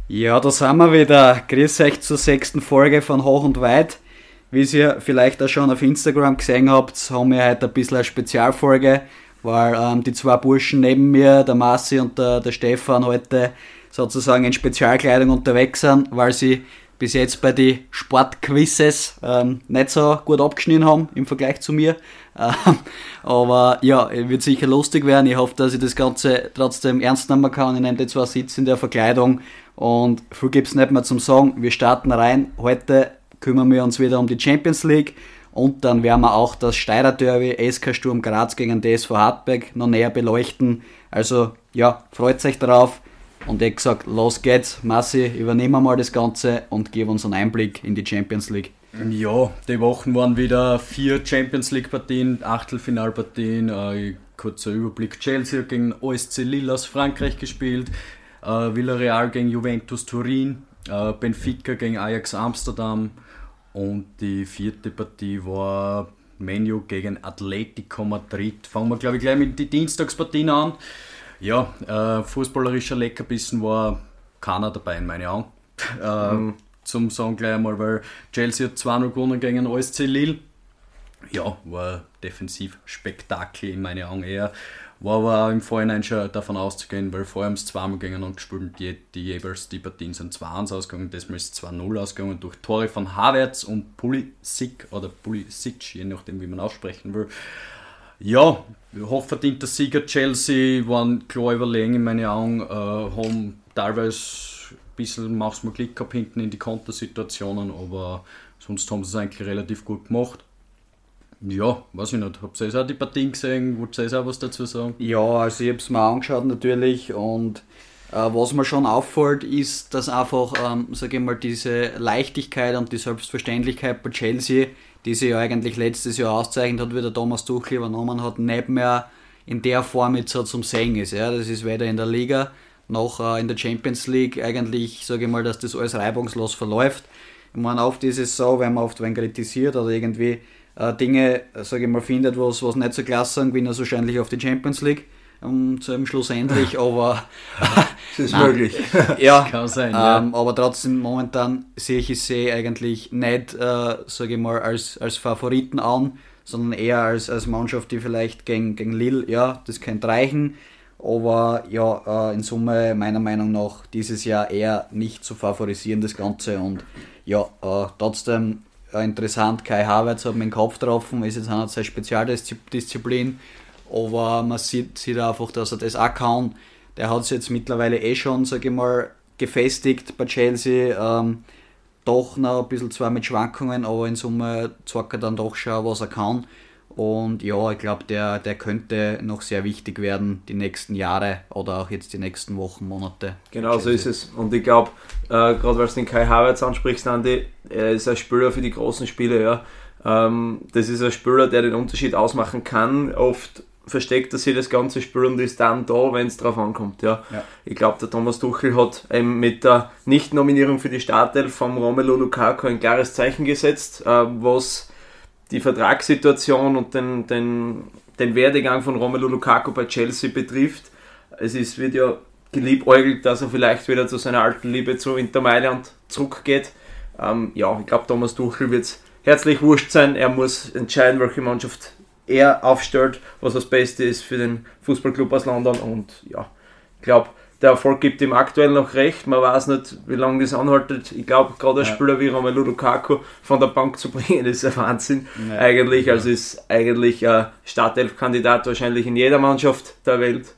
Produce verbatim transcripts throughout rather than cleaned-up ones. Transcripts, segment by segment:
Ja, da sind wir wieder. Grüß euch zur sechsten Folge von Hoch und Weit. Wie ihr vielleicht auch schon auf Instagram gesehen habt, haben wir heute ein bisschen eine Spezialfolge, weil ähm, die zwei Burschen neben mir, der Marci und der, der Stefan, heute sozusagen in Spezialkleidung unterwegs sind, weil sie bis jetzt bei den Sportquizzes ähm, nicht so gut abgeschnitten haben im Vergleich zu mir. Ähm, aber ja, wird sicher lustig werden. Ich hoffe, dass ich das Ganze trotzdem ernst nehmen kann. Ich nehme die zwei Sitze in der Verkleidung und viel gibt es nicht mehr zum Sagen. Wir starten rein. Heute kümmern wir uns wieder um die Champions League und dann werden wir auch das Steirer Derby S K Sturm Graz gegen D S V Hartberg noch näher beleuchten. Also ja, freut euch darauf. Und ich gesagt, los geht's, Massi, übernehmen wir mal das Ganze und gib uns einen Einblick in die Champions League. Ja, die Wochen waren wieder vier Champions League Partien, Achtelfinalpartien, äh, kurzer Überblick, Chelsea gegen O S C Lille aus Frankreich gespielt, äh, Villarreal gegen Juventus Turin, äh, Benfica gegen Ajax Amsterdam und die vierte Partie war Man U gegen Atletico Madrid. Fangen wir glaube ich gleich mit den Dienstagspartien an. Ja, äh, fußballerischer Leckerbissen war keiner dabei in meinen Augen. Äh, mhm. Zum sagen gleich einmal, weil Chelsea hat zwei null gewonnen gegen O S C Lille. Ja, war defensiv Spektakel in meinen Augen eher. War aber auch im Vorhinein schon davon auszugehen, weil vorher haben sie zweimal gegeneinander gespielt und die, die jeweils die Partien sind zwei eins ausgegangen, diesmal ist zwei null ausgegangen durch Tore von Havertz und Pulisic oder Pulisic, je nachdem wie man aussprechen will. Ja, hochverdienter Sieger Chelsea, waren klar überlegen in meinen Augen, äh, haben teilweise ein bisschen mach's mal Glück gehabt hinten in die Kontersituationen, aber sonst haben sie es eigentlich relativ gut gemacht. Ja, weiß ich nicht, habt ihr auch die Partien gesehen, wollt ihr auch was dazu sagen? Ja, also ich habe es mir angeschaut natürlich und äh, was mir schon auffällt, ist, dass einfach, ähm, sage ich mal, diese Leichtigkeit und die Selbstverständlichkeit bei Chelsea, die sich ja eigentlich letztes Jahr auszeichnet hat, wie der Thomas Tuchel übernommen hat, nicht mehr in der Form jetzt so zum Sehen ist. Ja. Das ist weder in der Liga noch äh, in der Champions League eigentlich, sage ich mal, dass das alles reibungslos verläuft. Ich meine, oft ist es so, wenn man oft wen kritisiert oder irgendwie äh, Dinge, sage ich mal, findet, was, was nicht so klasse sind, gewinnt er wahrscheinlich auf die Champions League. Um, zu einem schlussendlich, aber das ist nein, möglich. Ja, kann sein, ähm, ja. Aber trotzdem momentan sehe ich es eigentlich nicht, äh, sage ich mal, als, als Favoriten an, sondern eher als, als Mannschaft, die vielleicht gegen, gegen Lille, ja, das könnte reichen, aber ja, äh, in Summe meiner Meinung nach dieses Jahr eher nicht zu favorisieren, das Ganze, und ja, äh, trotzdem äh, interessant, Kai Havertz hat mir den Kopf getroffen, ist jetzt eine Spezialdisziplin, aber man sieht, sieht einfach, dass er das auch kann. Der hat es jetzt mittlerweile eh schon, sage ich mal, gefestigt bei Chelsea. Ähm, doch noch ein bisschen zwar mit Schwankungen, aber in Summe zeigt er dann doch schon, was er kann. Und ja, ich glaube, der, der könnte noch sehr wichtig werden die nächsten Jahre oder auch jetzt die nächsten Wochen, Monate. Genau, so ist es. Und ich glaube, äh, gerade weil du den Kai Havertz ansprichst, Andi, er ist ein Spieler für die großen Spiele. Ja. Ähm, das ist ein Spieler, der den Unterschied ausmachen kann. Oft versteckt er sich das ganze Spiel und ist dann da, wenn es drauf ankommt. Ja. Ja. Ich glaube, der Thomas Tuchel hat eben mit der Nicht-Nominierung für die Startelf von Romelu Lukaku ein klares Zeichen gesetzt, äh, was die Vertragssituation und den, den, den Werdegang von Romelu Lukaku bei Chelsea betrifft. Es ist, wird ja geliebäugelt, dass er vielleicht wieder zu seiner alten Liebe zu Inter Mailand zurückgeht. Ähm, ja, ich glaube, Thomas Tuchel wird es herzlich wurscht sein. Er muss entscheiden, welche Mannschaft er aufstellt, was das Beste ist für den Fußballclub aus London, und ja, ich glaube, der Erfolg gibt ihm aktuell noch recht. Man weiß nicht, wie lange das anhaltet. Ich glaube, gerade ein ja. Spieler wie Romelu Lukaku von der Bank zu bringen, ist ein Wahnsinn. Ja. Eigentlich, ja. Also ist eigentlich ein Startelf-Kandidat wahrscheinlich in jeder Mannschaft der Welt.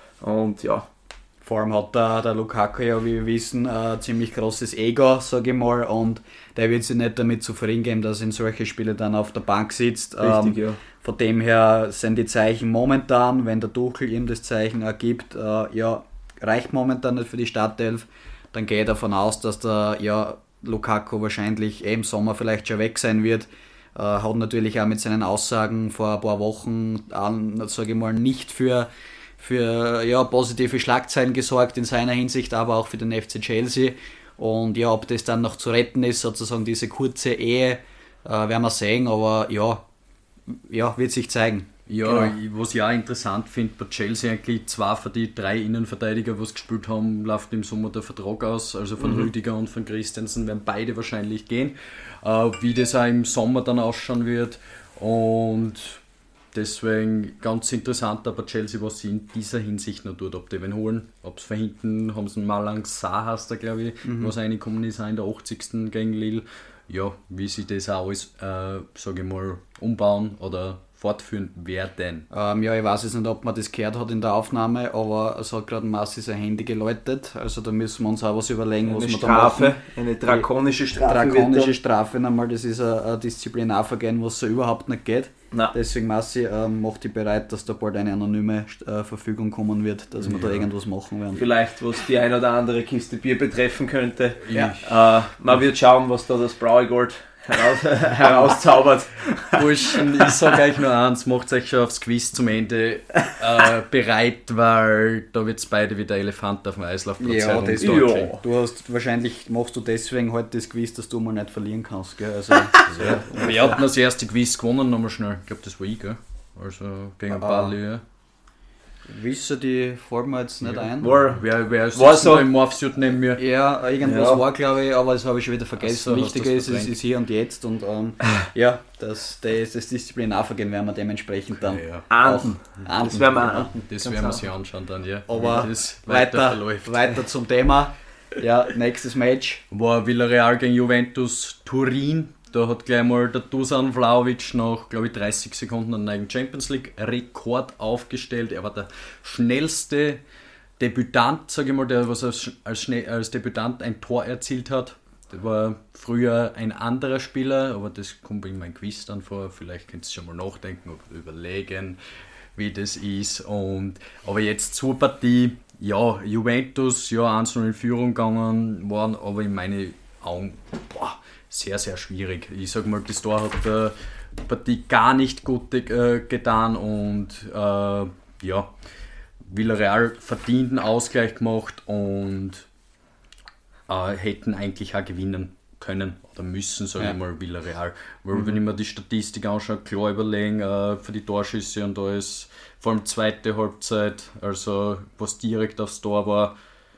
Und ja. Vor allem hat der, der Lukaku ja, wie wir wissen, ein ziemlich großes Ego, sage ich mal, und der wird sich nicht damit zufrieden geben, dass er in solche Spiele dann auf der Bank sitzt. Richtig, ähm, ja. Von dem her sind die Zeichen momentan, wenn der Tuchel ihm das Zeichen ergibt, äh, ja, reicht momentan nicht für die Startelf, dann gehe ich davon aus, dass der ja, Lukaku wahrscheinlich eh im Sommer vielleicht schon weg sein wird. Äh, hat natürlich auch mit seinen Aussagen vor ein paar Wochen, sage ich mal, nicht für für ja, positive Schlagzeilen gesorgt in seiner Hinsicht, aber auch für den F C Chelsea. Und ja, ob das dann noch zu retten ist, sozusagen diese kurze Ehe, äh, werden wir sehen, aber ja, ja, wird sich zeigen. Ja, genau. Was ich auch interessant finde, bei Chelsea eigentlich zwei von die drei Innenverteidiger, die gespielt haben, läuft im Sommer der Vertrag aus. Also von mhm. Rüdiger und von Christensen werden beide wahrscheinlich gehen. Äh, wie das auch im Sommer dann ausschauen wird. Und deswegen ganz interessant aber Chelsea, was sie in dieser Hinsicht noch tut. Ob die wen holen, ob es von hinten, haben sie einen Malang Sarr, hast da glaube ich, mhm. was reingekommen ist in der achtzigsten gegen Lille. Ja, wie sie das auch alles, äh, sage ich mal, umbauen oder fortführen werden. Ähm, ja, ich weiß jetzt nicht, ob man das gehört hat in der Aufnahme, aber es hat gerade Massi sein Handy geläutet, also da müssen wir uns auch was überlegen, eine was wir Strafe, da machen. Eine drakonische Strafe. Drakonische Strafe, nochmal, das ist ein, ein Disziplinarvergehen, was so überhaupt nicht geht. Nein. Deswegen, Massi, ähm, macht dich bereit, dass da bald eine anonyme äh, Verfügung kommen wird, dass wir ja. da irgendwas machen werden. Vielleicht, was die ein oder andere Kiste Bier betreffen könnte. Ja. Äh, man wird schauen, was da das Braue Gold heraus, herauszaubert. Burschen, ich sage euch nur eins, macht euch schon aufs Quiz zum Ende äh, bereit, weil da wird es beide wie der Elefant auf dem Eislaufplatz ja, das ja. Du hast wahrscheinlich, machst du deswegen heute das Quiz, dass du mal nicht verlieren kannst, gell? Also, ja. Wer hat denn das erste Quiz gewonnen? Nochmal schnell. Ich glaube, das war ich, gell? Also gegen ah. Bali. Wissen die, fallen mir jetzt nicht ja. ein. War, wer, wer ist war so im Morphsuit neben mir? Ja, irgendwas ja. war, glaube ich, aber das habe ich schon wieder vergessen. So, Wichtiger ist, es ist hier und jetzt und ähm, ja, das, das, das Disziplinarvergehen werden wir dementsprechend dann ja, ja. auch ahnden. Das werden wir, das werden wir sich anschauen dann, ja. Aber das weiter, weiter, weiter zum Thema. Ja, nächstes Match. War Villarreal gegen Juventus Turin. Da hat gleich mal der Dusan Vlahovic nach, glaube ich, dreißig Sekunden einen neuen Champions League-Rekord aufgestellt. Er war der schnellste Debütant, sage ich mal, der was als, als, schnell, als Debütant ein Tor erzielt hat. Das war früher ein anderer Spieler, aber das kommt in meinem Quiz dann vor. Vielleicht könnt ihr schon mal nachdenken oder überlegen, wie das ist. Und, aber jetzt zur Partie. Ja, Juventus, ja, eins null in Führung gegangen waren, aber in meine Augen, boah, sehr, sehr schwierig. Ich sag mal, das Tor hat äh, die Partie gar nicht gut äh, getan und äh, ja, Villarreal verdienten Ausgleich gemacht und äh, hätten eigentlich auch gewinnen können oder müssen, sage ja. ich mal, Villarreal. Weil mhm. wenn ich mir die Statistik anschaue, klar überlegen äh, für die Torschüsse und da ist vor allem zweite Halbzeit, also was direkt aufs Tor war,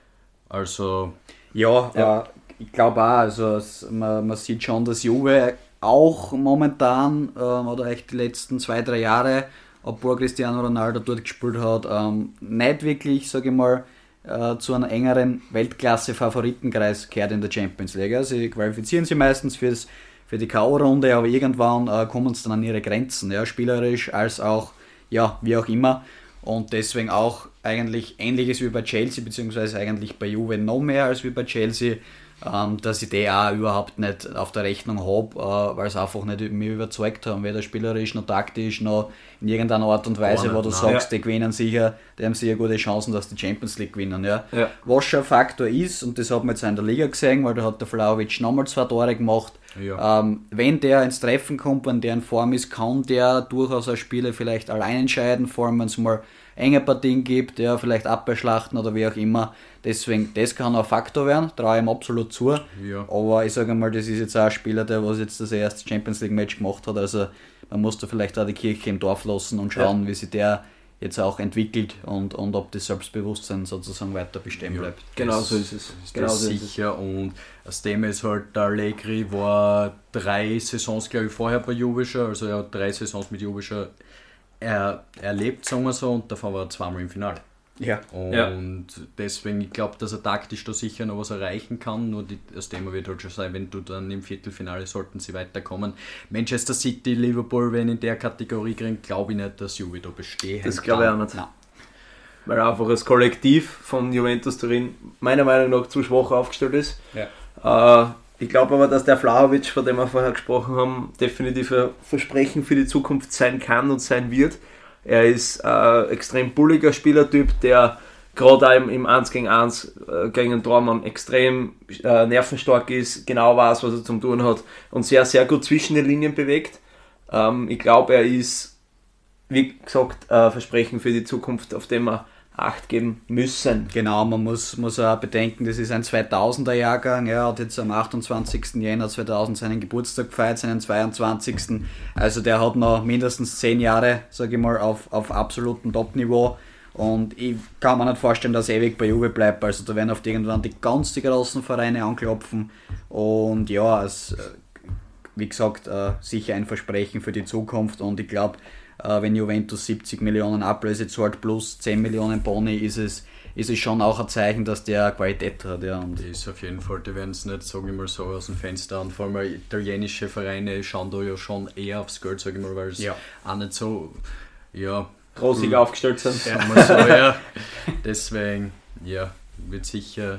also ja, ja. Äh, ich glaube auch, also es, man, man sieht schon, dass Juve auch momentan ähm, oder echt die letzten zwei, drei Jahre, obwohl Cristiano Ronaldo dort gespielt hat, ähm, nicht wirklich, sage ich mal, äh, zu einem engeren Weltklasse-Favoritenkreis gehört in der Champions League. Sie qualifizieren sich meistens fürs, für die K O-Runde, aber irgendwann äh, kommen sie dann an ihre Grenzen, ja, spielerisch als auch, ja, wie auch immer. Und deswegen auch eigentlich Ähnliches wie bei Chelsea, beziehungsweise eigentlich bei Juve noch mehr als wie bei Chelsea, ähm, dass ich die auch überhaupt nicht auf der Rechnung habe, äh, weil es einfach nicht mich überzeugt haben, weder spielerisch noch taktisch noch in irgendeiner Art und Weise, oh, wo du nein. sagst, ja. die gewinnen sicher, die haben sicher gute Chancen, dass die Champions League gewinnen. Ja. Ja. Was schon ein Faktor ist, und das hat man jetzt auch in der Liga gesehen, weil da hat der Vlahovic nochmal zwei Tore gemacht, ja. ähm, wenn der ins Treffen kommt, wenn der in Form ist, kann der durchaus auch Spiele vielleicht allein entscheiden, vor allem wenn es mal enge Partien gibt, ja, vielleicht Abwehrschlachten oder wie auch immer. Deswegen, das kann auch ein Faktor werden, traue ich ihm absolut zu. Ja. Aber ich sage mal, das ist jetzt auch ein Spieler, der was jetzt das erste Champions League Match gemacht hat, also man muss da vielleicht auch die Kirche im Dorf lassen und schauen, ja. wie sich der jetzt auch entwickelt und, und ob das Selbstbewusstsein sozusagen weiter bestehen bleibt. Ja, genau so ist es. Ist genau so sicher. Ist es. Und das Thema ist halt, der Allegri war drei Saisons, glaube ich, vorher bei Juve schon, also er hat drei Saisons mit Juve schon er, erlebt, sagen wir so, und davon war er zweimal im Finale. Ja. Und ja. deswegen, ich glaube, dass er taktisch da sicher noch was erreichen kann, nur die, das Thema wird halt schon sein, wenn du dann im Viertelfinale sollten sie weiterkommen. Manchester City, Liverpool, wenn in der Kategorie kriegen, glaube ich nicht, dass Juve da bestehen Das glaube ich auch nicht. Nein. Weil einfach das Kollektiv von Juventus Turin meiner Meinung nach zu schwach aufgestellt ist. Ja. Äh, ich glaube aber, dass der Vlahovic, von dem wir vorher gesprochen haben, definitiv ein Versprechen für die Zukunft sein kann und sein wird. Er ist ein extrem bulliger Spielertyp, der gerade auch im, im eins gegen eins äh, gegen den Tormann extrem äh, nervenstark ist, genau weiß, was er zum tun hat und sehr, sehr gut zwischen den Linien bewegt. Ähm, ich glaube, er ist, wie gesagt, ein Versprechen für die Zukunft, auf dem wir Acht geben müssen. Genau, man muss, muss auch bedenken, das ist ein zweitausender Jahrgang, er hat jetzt am achtundzwanzigsten Jänner zweitausend seinen Geburtstag gefeiert, seinen zweiundzwanzigsten Also der hat noch mindestens zehn Jahre, sage ich mal, auf, auf absolutem Top-Niveau. Und ich kann mir nicht vorstellen, dass er ewig bei Juve bleibt. Also da werden oft irgendwann die ganz die großen Vereine anklopfen. Und ja, es, wie gesagt, sicher ein Versprechen für die Zukunft. Und ich glaube, wenn Juventus siebzig Millionen Ablöse zahlt plus zehn Millionen Boni, ist es, ist es schon auch ein Zeichen, dass der Qualität hat. Ja. Und die ist auf jeden Fall, die werden es nicht, sage ich mal, so aus dem Fenster an. Vor allem italienische Vereine schauen da ja schon eher aufs Geld, sage ich mal, weil es ja. auch nicht so, ja, rosig cool. aufgestellt sind. Ja, mal so, ja. Deswegen, ja, wird sicher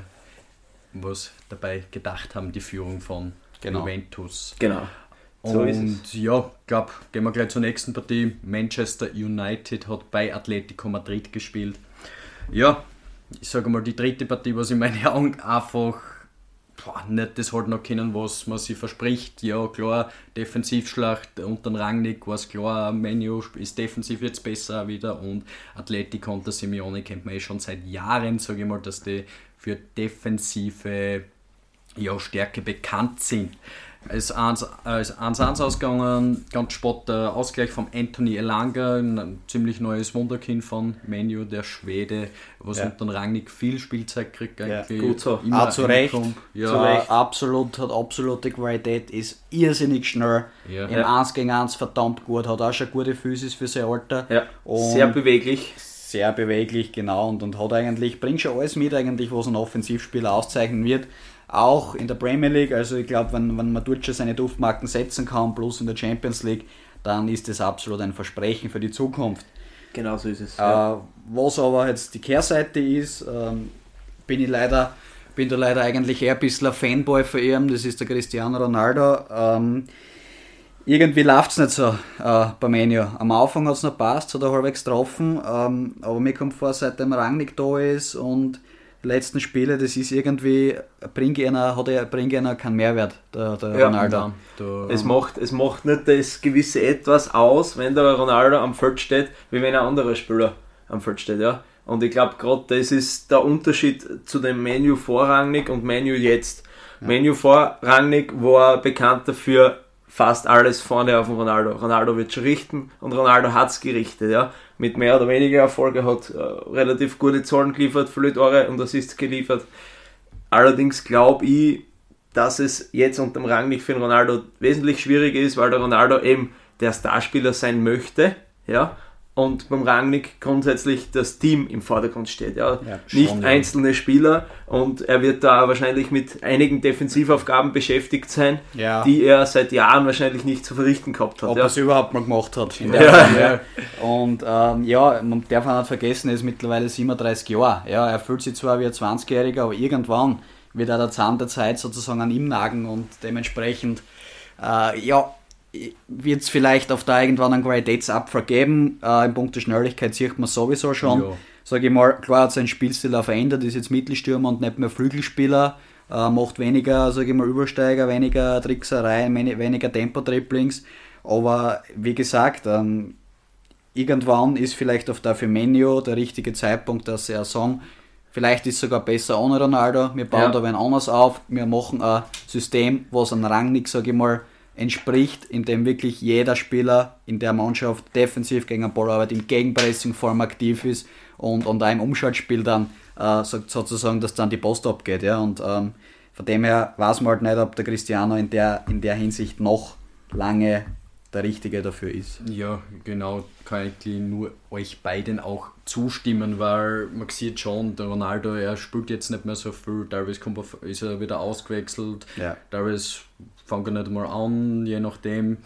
was dabei gedacht haben, die Führung von genau. Juventus. Genau. So und ist es. Ja, ich glaube, gehen wir gleich zur nächsten Partie. Manchester United hat bei Atletico Madrid gespielt. Ja, ich sage mal, die dritte Partie, was in meinen Augen einfach boah, nicht das halt noch kennen, was man sich verspricht. Ja, klar, Defensivschlacht unter dem Rangnick war es klar, Menu ist defensiv jetzt besser wieder und Atletico unter Simeone kennt man eh schon seit Jahren, sage ich mal, dass die für defensive ja, Stärke bekannt sind. Es ist eins eins ausgegangen, ganz spät der Ausgleich von Anthony Elanga, ein ziemlich neues Wunderkind von Menu, der Schwede, was ja. unter Rangnick viel Spielzeit kriegt. Ja, gut so. Auch zu Recht. Ja. Zu Recht. Absolut, hat absolute Qualität, ist irrsinnig schnell, ja. im ja. eins gegen eins verdammt gut, hat auch schon gute Physis für sein Alter. Ja. Sehr beweglich. Sehr beweglich, genau, und, und hat eigentlich, bringt schon alles mit, eigentlich, was ein Offensivspieler auszeichnen wird. Auch in der Premier League, also ich glaube, wenn, wenn man dort schon seine Duftmarken setzen kann, plus in der Champions League, dann ist das absolut ein Versprechen für die Zukunft. Genau so ist es. Äh, ja. Was aber jetzt die Kehrseite ist, ähm, bin ich leider, bin da leider eigentlich eher ein bisschen ein Fanboy von ihm, das ist der Cristiano Ronaldo. Ähm, irgendwie läuft es nicht so äh, bei Menu. Am Anfang hat es noch gepasst, hat er halbwegs getroffen, ähm, aber mir kommt vor, seitdem Rangnick da ist und letzten Spiele, das ist irgendwie, bringt einer, hat er, bringt einer keinen Mehrwert, der, der ja, Ronaldo. Da, es, macht, es macht nicht das gewisse Etwas aus, wenn der Ronaldo am Feld steht, wie wenn ein anderer Spieler am Feld steht. Ja? Und ich glaube, gerade das ist der Unterschied zu dem Menu vorrangig und Menu jetzt. Ja. Menu vorrangig war bekannt dafür, fast alles vorne auf den Ronaldo. Ronaldo wird schon richten und Ronaldo hat es gerichtet. Ja? Mit mehr oder weniger Erfolg, er hat äh, relativ gute Zahlen geliefert, viele Tore und Assists geliefert. Allerdings glaube ich, dass es jetzt unter dem Rangnick für den Ronaldo wesentlich schwieriger ist, weil der Ronaldo eben der Starspieler sein möchte, ja, und beim Rangnick grundsätzlich das Team im Vordergrund steht, ja, ja nicht schon, einzelne ja. Spieler, und er wird da wahrscheinlich mit einigen Defensivaufgaben beschäftigt sein, ja. die er seit Jahren wahrscheinlich nicht zu verrichten gehabt hat. Ob ja. er es überhaupt mal gemacht hat. In der ja. ja. Und ähm, ja, man darf auch nicht vergessen, er ist mittlerweile siebenunddreißig Jahre. Ja, er fühlt sich zwar wie ein zwanzigjähriger, aber irgendwann wird auch der Zahn der Zeit sozusagen an ihm nagen und dementsprechend äh, ja, wird es vielleicht auf da irgendwann einen Qualitätsabfall geben. Äh, Im Punkt der Schnelligkeit sieht man sowieso schon. Ja. Sage ich mal, klar hat sein Spielstil auch verändert, ist jetzt Mittelstürmer und nicht mehr Flügelspieler, äh, macht weniger, sage ich mal, Übersteiger, weniger Tricksereien, weniger Tempo-Dribblings, aber wie gesagt, ähm, irgendwann ist vielleicht auf der für Menu der richtige Zeitpunkt, dass er sagen, vielleicht ist es sogar besser ohne Ronaldo, wir bauen ja. da wen anders auf, wir machen ein System, was an Rangnick, sage ich mal, entspricht, in dem wirklich jeder Spieler in der Mannschaft defensiv gegen den Ball arbeitet, im Gegenpressing-Form aktiv ist und, und auch im Umschaltspiel dann äh, so, sozusagen, dass dann die Post abgeht. Ja? Und ähm, von dem her weiß man halt nicht, ob der Cristiano in der, in der Hinsicht noch lange der Richtige dafür ist. Ja, genau, kann ich nur euch beiden auch zustimmen, weil man sieht schon, der Ronaldo, er spielt jetzt nicht mehr so viel, teilweise kommt er, ist er wieder ausgewechselt, ja. teilweise fängt er nicht mal an, je nachdem.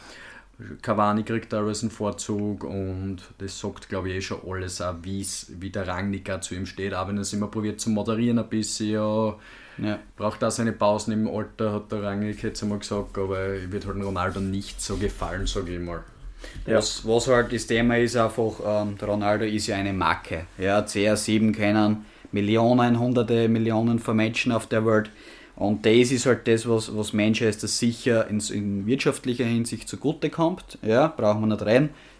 Cavani kriegt teilweise einen Vorzug und das sagt, glaube ich, eh schon alles, auch wie der Rangnick auch zu ihm steht, auch wenn er es immer probiert zu moderieren ein bisschen, ja, ja. braucht auch seine Pausen im Alter, hat der Rangnick jetzt einmal gesagt, aber wird halt Ronaldo nicht so gefallen, sage ich mal. Ja. Was, was halt das Thema ist einfach, ähm, der Ronaldo ist ja eine Marke. Ja, C R sieben kennen Millionen, hunderte Millionen von Menschen auf der Welt. Und das ist halt das, was, was Manchester sicher in, in wirtschaftlicher Hinsicht zugute kommt. Ja, brauchen wir nicht reden.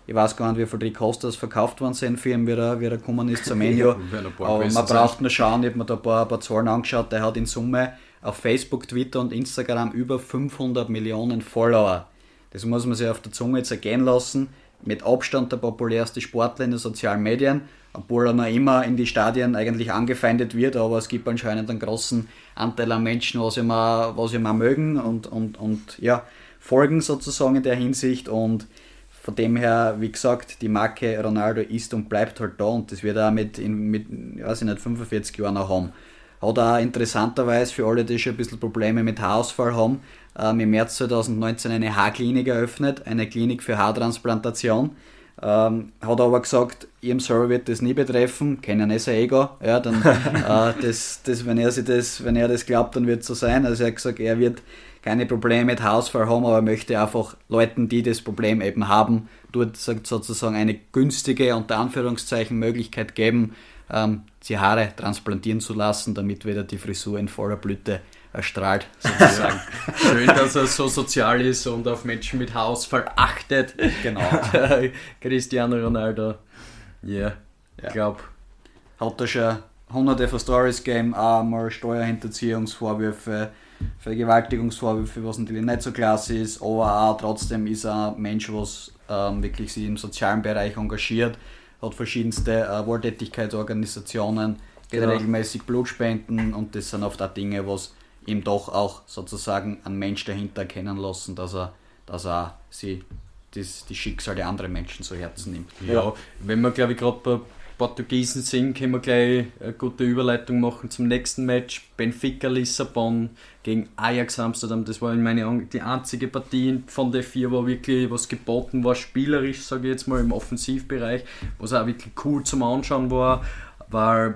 Ich weiß gar nicht, wie viele Trikots verkauft worden sind für ihn, wie er, wie er gekommen ist zum Menu. Aber man braucht nur schauen, ich habe mir da ein paar, ein paar Zahlen angeschaut, der hat in Summe auf Facebook, Twitter und Instagram über fünfhundert Millionen Follower. Das muss man sich auf der Zunge jetzt ergehen lassen. Mit Abstand der populärste Sportler in den sozialen Medien, obwohl er noch immer in die Stadien eigentlich angefeindet wird, aber es gibt anscheinend einen großen Anteil an Menschen, was ihm auch, was ihm auch mögen und, und, und ja, folgen sozusagen in der Hinsicht, und von dem her, wie gesagt, die Marke Ronaldo ist und bleibt halt da, und das wird er auch mit, in, mit ich weiß nicht, fünfundvierzig Jahren noch haben. Hat auch interessanterweise für alle, die schon ein bisschen Probleme mit Haarausfall haben, ähm, im März zweitausendneunzehn eine Haarklinik eröffnet, eine Klinik für Haartransplantation. Ähm, hat aber gesagt, ihm selber wird das nie betreffen, kennen es sein Ego, ja, dann, äh, das, das, wenn, er sich das, wenn er das glaubt, dann wird es so sein. Also er hat gesagt, er wird keine Probleme mit Haarausfall haben, aber er möchte einfach Leuten, die das Problem eben haben, dort sozusagen eine günstige, unter Anführungszeichen, Möglichkeit geben, ähm, die Haare transplantieren zu lassen, damit wieder die Frisur in voller Blüte erstrahlt, sozusagen. Schön, dass er so sozial ist und auf Menschen mit Haarausfall achtet. Genau. Cristiano Ronaldo. Yeah, ja, ich glaube. Hat er schon hunderte von Stories gegeben, auch mal Steuerhinterziehungsvorwürfe, Vergewaltigungsvorwürfe, was natürlich nicht so klasse ist, aber auch trotzdem ist er ein Mensch, was ähm, wirklich sich im sozialen Bereich engagiert, hat verschiedenste äh, Wohltätigkeitsorganisationen, geht genau. regelmäßig Blutspenden, und das sind oft auch Dinge, was ihm doch auch sozusagen ein Mensch dahinter erkennen lassen, dass er, dass er sie, das, die Schicksale anderer Menschen zu Herzen nimmt. Ja, ja. Wenn wir, glaube ich, gerade bei Portugiesen sind, können wir gleich eine gute Überleitung machen zum nächsten Match. Benfica Lissabon gegen Ajax Amsterdam. Das war in meinen Augen die einzige Partie von der vier, wo wirklich was geboten war, spielerisch, sage ich jetzt mal, im Offensivbereich, was auch wirklich cool zum Anschauen war, weil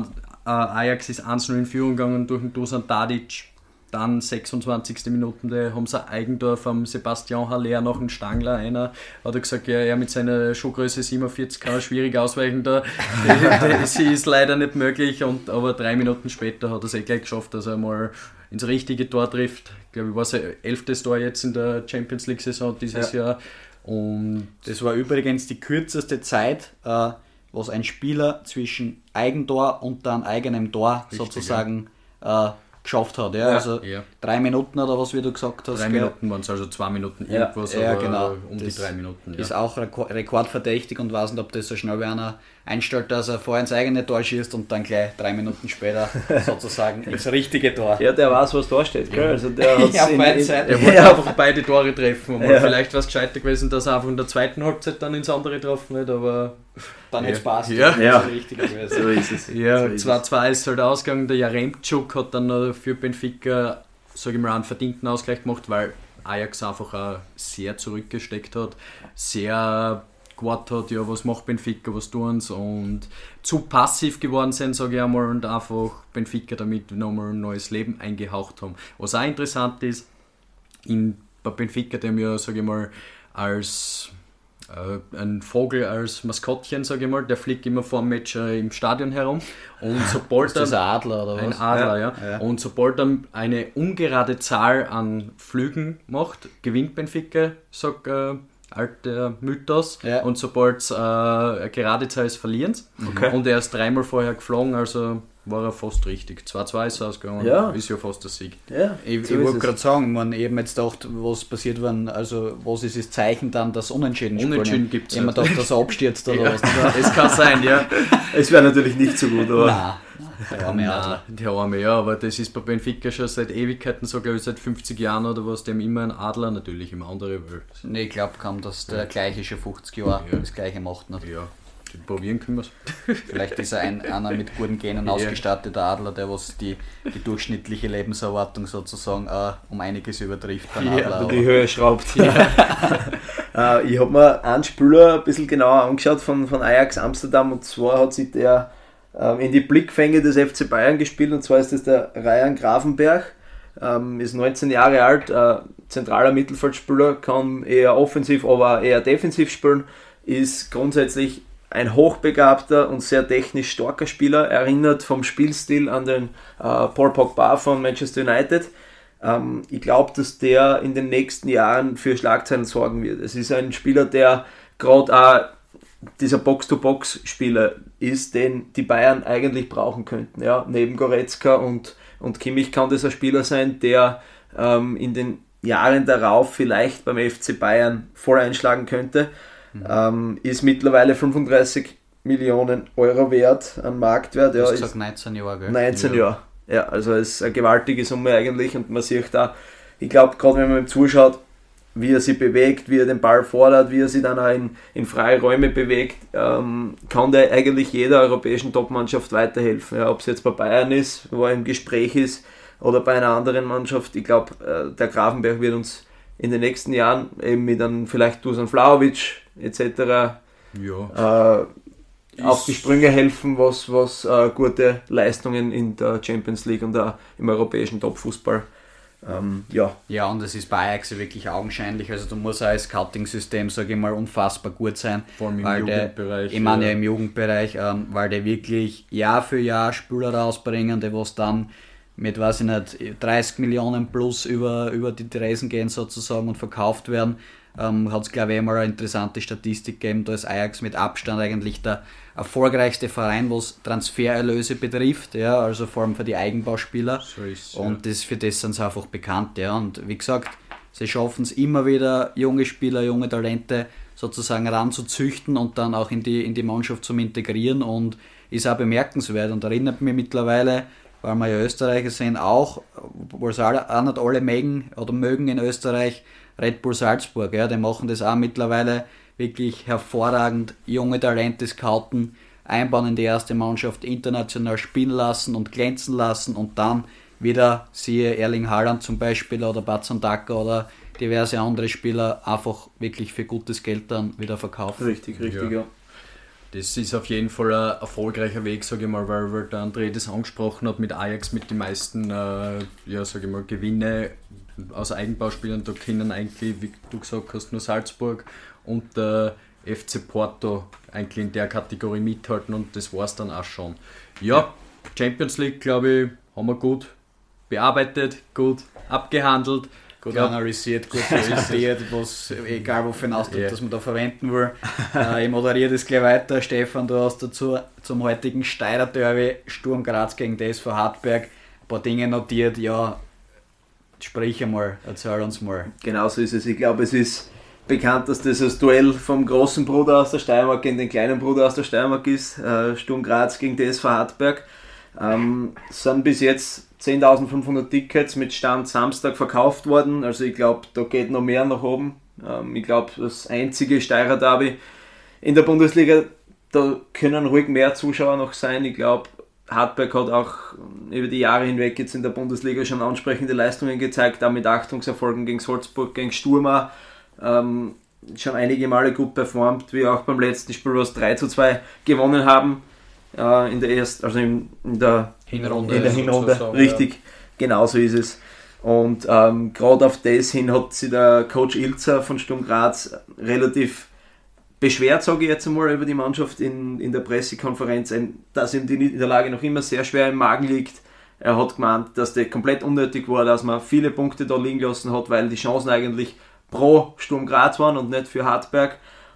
Ajax ist eins null in Führung gegangen durch den Dusan Tadic. Dann sechsundzwanzigste Minute, da haben sie ein Eigentor vom Sebastian Haller nach einem Stangler. Einer hat er gesagt, ja, er mit seiner Schuhgröße siebenundvierzig kann er schwierig ausweichen da. Das ist leider nicht möglich, und, aber drei Minuten später hat er es eh gleich geschafft, dass er mal ins richtige Tor trifft. Ich glaube, war sein elftes Tor jetzt in der Champions League Saison dieses ja. Jahr. Und das war übrigens die kürzeste Zeit, äh, was ein Spieler zwischen Eigentor und dann eigenem Tor richtig, sozusagen ja. äh, geschafft hat. Ja, ja, also ja. drei Minuten oder was, wie du gesagt hast. Drei gell? Minuten waren es, also zwei Minuten ja. irgendwas, ja, aber genau. um das die drei Minuten. Ja. Ist auch rekordverdächtig, und weiß nicht, ob das so schnell wie einer einstellt, dass er vorher ins eigene Tor schießt und dann gleich drei Minuten später sozusagen ins richtige Tor. Ja, der weiß, was da steht. Gell? Also der hat's ja, in, in, in, er wollte ja. einfach beide Tore treffen. Und ja. vielleicht war es gescheiter gewesen, dass er einfach in der zweiten Halbzeit dann ins andere getroffen hat, aber dann hätte es passt. Ja, ja. So, so ist es. Ja, so zwei zwei ist halt ausgegangen. Der Jaremczuk hat dann noch für Benfica, sage ich mal, einen verdienten Ausgleich gemacht, weil Ajax einfach auch sehr zurückgesteckt hat, sehr gewartet hat, ja, was macht Benfica, was tun sie, und zu passiv geworden sind, sage ich einmal, und einfach Benfica damit nochmal ein neues Leben eingehaucht haben. Was auch interessant ist, in, bei Benfica, dem ja, sage ich mal, als äh, ein Vogel als Maskottchen, sage ich mal, der fliegt immer vor dem Match äh, im Stadion herum, und sobald ist das ein Adler oder was? Ein Adler, ja. ja. ja. Und sobald er eine ungerade Zahl an Flügen macht, gewinnt Benfica, sagt äh, alter Mythos, ja. Und sobald es äh, eine gerade Zahl ist, verlieren sie. Okay. Und er ist dreimal vorher geflogen, also war er fast richtig. zwei zwei ist es ausgegangen, ja. Ist ja fast der Sieg. Ja, ich so ich wollte gerade sagen, man eben jetzt gedacht, was passiert, wenn, also was ist das Zeichen dann, dass Unentschieden spielen? Unentschieden gibt es ja. Ich habe gedacht, dass er abstürzt oder ja. was. Es kann sein, ja. Es wäre natürlich nicht so gut, aber... Nein. Der arme Nein, der arme, ja, aber das ist bei Benfica schon seit Ewigkeiten, so glaube ich seit fünfzig Jahren oder was, dem immer ein Adler, natürlich im andere Welt. Nee, ich glaube kaum, dass der gleiche schon fünfzig Jahre ja. das gleiche macht. Nicht. Ja, probieren können wir es. Vielleicht ist er ein, einer mit guten Genen ja. ausgestatteter Adler, der was die, die durchschnittliche Lebenserwartung sozusagen äh, um einiges übertrifft. Ja, die Höhe schraubt. Ja. äh, ich habe mir einen Spieler ein bisschen genauer angeschaut von, von Ajax Amsterdam, und zwar hat sich der in die Blickfänge des F C Bayern gespielt, und zwar ist das der Ryan Gravenberch, ähm, ist neunzehn Jahre alt, äh, zentraler Mittelfeldspieler, kann eher offensiv, aber eher defensiv spielen, ist grundsätzlich ein hochbegabter und sehr technisch starker Spieler, erinnert vom Spielstil an den äh, Paul Pogba von Manchester United. Ähm, ich glaube, dass der in den nächsten Jahren für Schlagzeilen sorgen wird. Es ist ein Spieler, der gerade auch dieser Box-to-Box-Spieler ist, den die Bayern eigentlich brauchen könnten. Ja? Neben Goretzka und, und Kimmich kann das ein Spieler sein, der ähm, in den Jahren darauf vielleicht beim F C Bayern voll einschlagen könnte. Mhm. Ähm, ist mittlerweile fünfunddreißig Millionen Euro wert an Marktwert. Du ja, hast gesagt neunzehn Jahre, gell? neunzehn ja. Jahre. Ja, also es ist eine gewaltige Summe eigentlich und man sieht da, ich glaube, gerade wenn man ihm zuschaut, wie er sich bewegt, wie er den Ball fordert, wie er sich dann auch in, in freie Räume bewegt, ähm, kann der eigentlich jeder europäischen Topmannschaft weiterhelfen. Ja, ob es jetzt bei Bayern ist, wo er im Gespräch ist, oder bei einer anderen Mannschaft. Ich glaube, äh, der Grafenberg wird uns in den nächsten Jahren eben mit einem vielleicht Dusan Vlahovic et cetera ja. äh, auf die Sprünge helfen, was, was äh, gute Leistungen in der Champions League und auch im europäischen Topfußball Ähm, ja. ja, und es ist bei Ajax wirklich augenscheinlich, also du musst auch als Scouting-System, sage ich mal, unfassbar gut sein. Vor allem im weil Jugendbereich. Der, ich meine ja im Jugendbereich, ähm, weil die wirklich Jahr für Jahr Spieler rausbringen, die was dann mit, weiß ich nicht, dreißig Millionen plus über, über die Tresen gehen sozusagen und verkauft werden. Ähm, hat es, glaube ich, einmal eine interessante Statistik gegeben, da ist Ajax mit Abstand eigentlich der erfolgreichste Verein, was Transfererlöse betrifft, ja, also vor allem für die Eigenbauspieler. So ist, und ja. das, für das sind sie einfach bekannt. Ja. Und wie gesagt, sie schaffen es immer wieder, junge Spieler, junge Talente sozusagen ranzuzüchten und dann auch in die, in die Mannschaft zu integrieren, und ist auch bemerkenswert und erinnert mich mittlerweile, weil wir ja Österreicher sind, auch, wo es auch nicht alle mögen oder mögen in Österreich, Red Bull Salzburg, ja, die machen das auch mittlerweile wirklich hervorragend, junge Talente scouten, einbauen in die erste Mannschaft, international spielen lassen und glänzen lassen und dann wieder, siehe Erling Haaland zum Beispiel oder Batson Daka oder diverse andere Spieler, einfach wirklich für gutes Geld dann wieder verkaufen. Richtig, richtig, ja. ja. Das ist auf jeden Fall ein erfolgreicher Weg, sage ich mal, weil, weil der André das angesprochen hat mit Ajax, mit den meisten äh, ja, sag ich mal, Gewinne aus Eigenbauspielern. Da können eigentlich, wie du gesagt hast, nur Salzburg und der äh, F C Porto eigentlich in der Kategorie mithalten, und das war es dann auch schon. Ja, Champions League, glaube ich, haben wir gut bearbeitet, gut abgehandelt. Gut glaub, analysiert, gut präsentiert, was, egal wofür ein Ausdruck, yeah. das man da verwenden will. äh, ich moderiere das gleich weiter. Stefan, du hast dazu zum heutigen Steirer Derby Sturm Graz gegen D S V Hartberg ein paar Dinge notiert. Ja, sprich einmal, erzähl uns mal. Genau so ist es. Ich glaube, es ist bekannt, dass das das Duell vom großen Bruder aus der Steiermark gegen den kleinen Bruder aus der Steiermark ist. Äh, Sturm Graz gegen D S V Hartberg. Ähm, sind bis jetzt zehntausendfünfhundert Tickets mit Stand Samstag verkauft worden, also ich glaube, da geht noch mehr nach oben. Ähm, ich glaube, das einzige Steirer Derby in der Bundesliga, da können ruhig mehr Zuschauer noch sein. Ich glaube, Hartberg hat auch über die Jahre hinweg jetzt in der Bundesliga schon ansprechende Leistungen gezeigt, auch mit Achtungserfolgen gegen Salzburg, gegen Sturm, ähm, schon einige Male gut performt, wie auch beim letzten Spiel, was drei zu zwei gewonnen haben. Uh, in der ersten, also in, in der Hinrunde, in der Hinrunde sagen, richtig, ja. Genau so ist es. Und ähm, gerade auf das hin hat sich der Coach Ilzer von Sturm Graz relativ beschwert, sage ich jetzt einmal, über die Mannschaft in, in der Pressekonferenz, dass ihm die Niederlage noch immer sehr schwer im Magen liegt. Er hat gemeint, dass das komplett unnötig war, dass man viele Punkte da liegen lassen hat, weil die Chancen eigentlich pro Sturm Graz waren und nicht für Hartberg.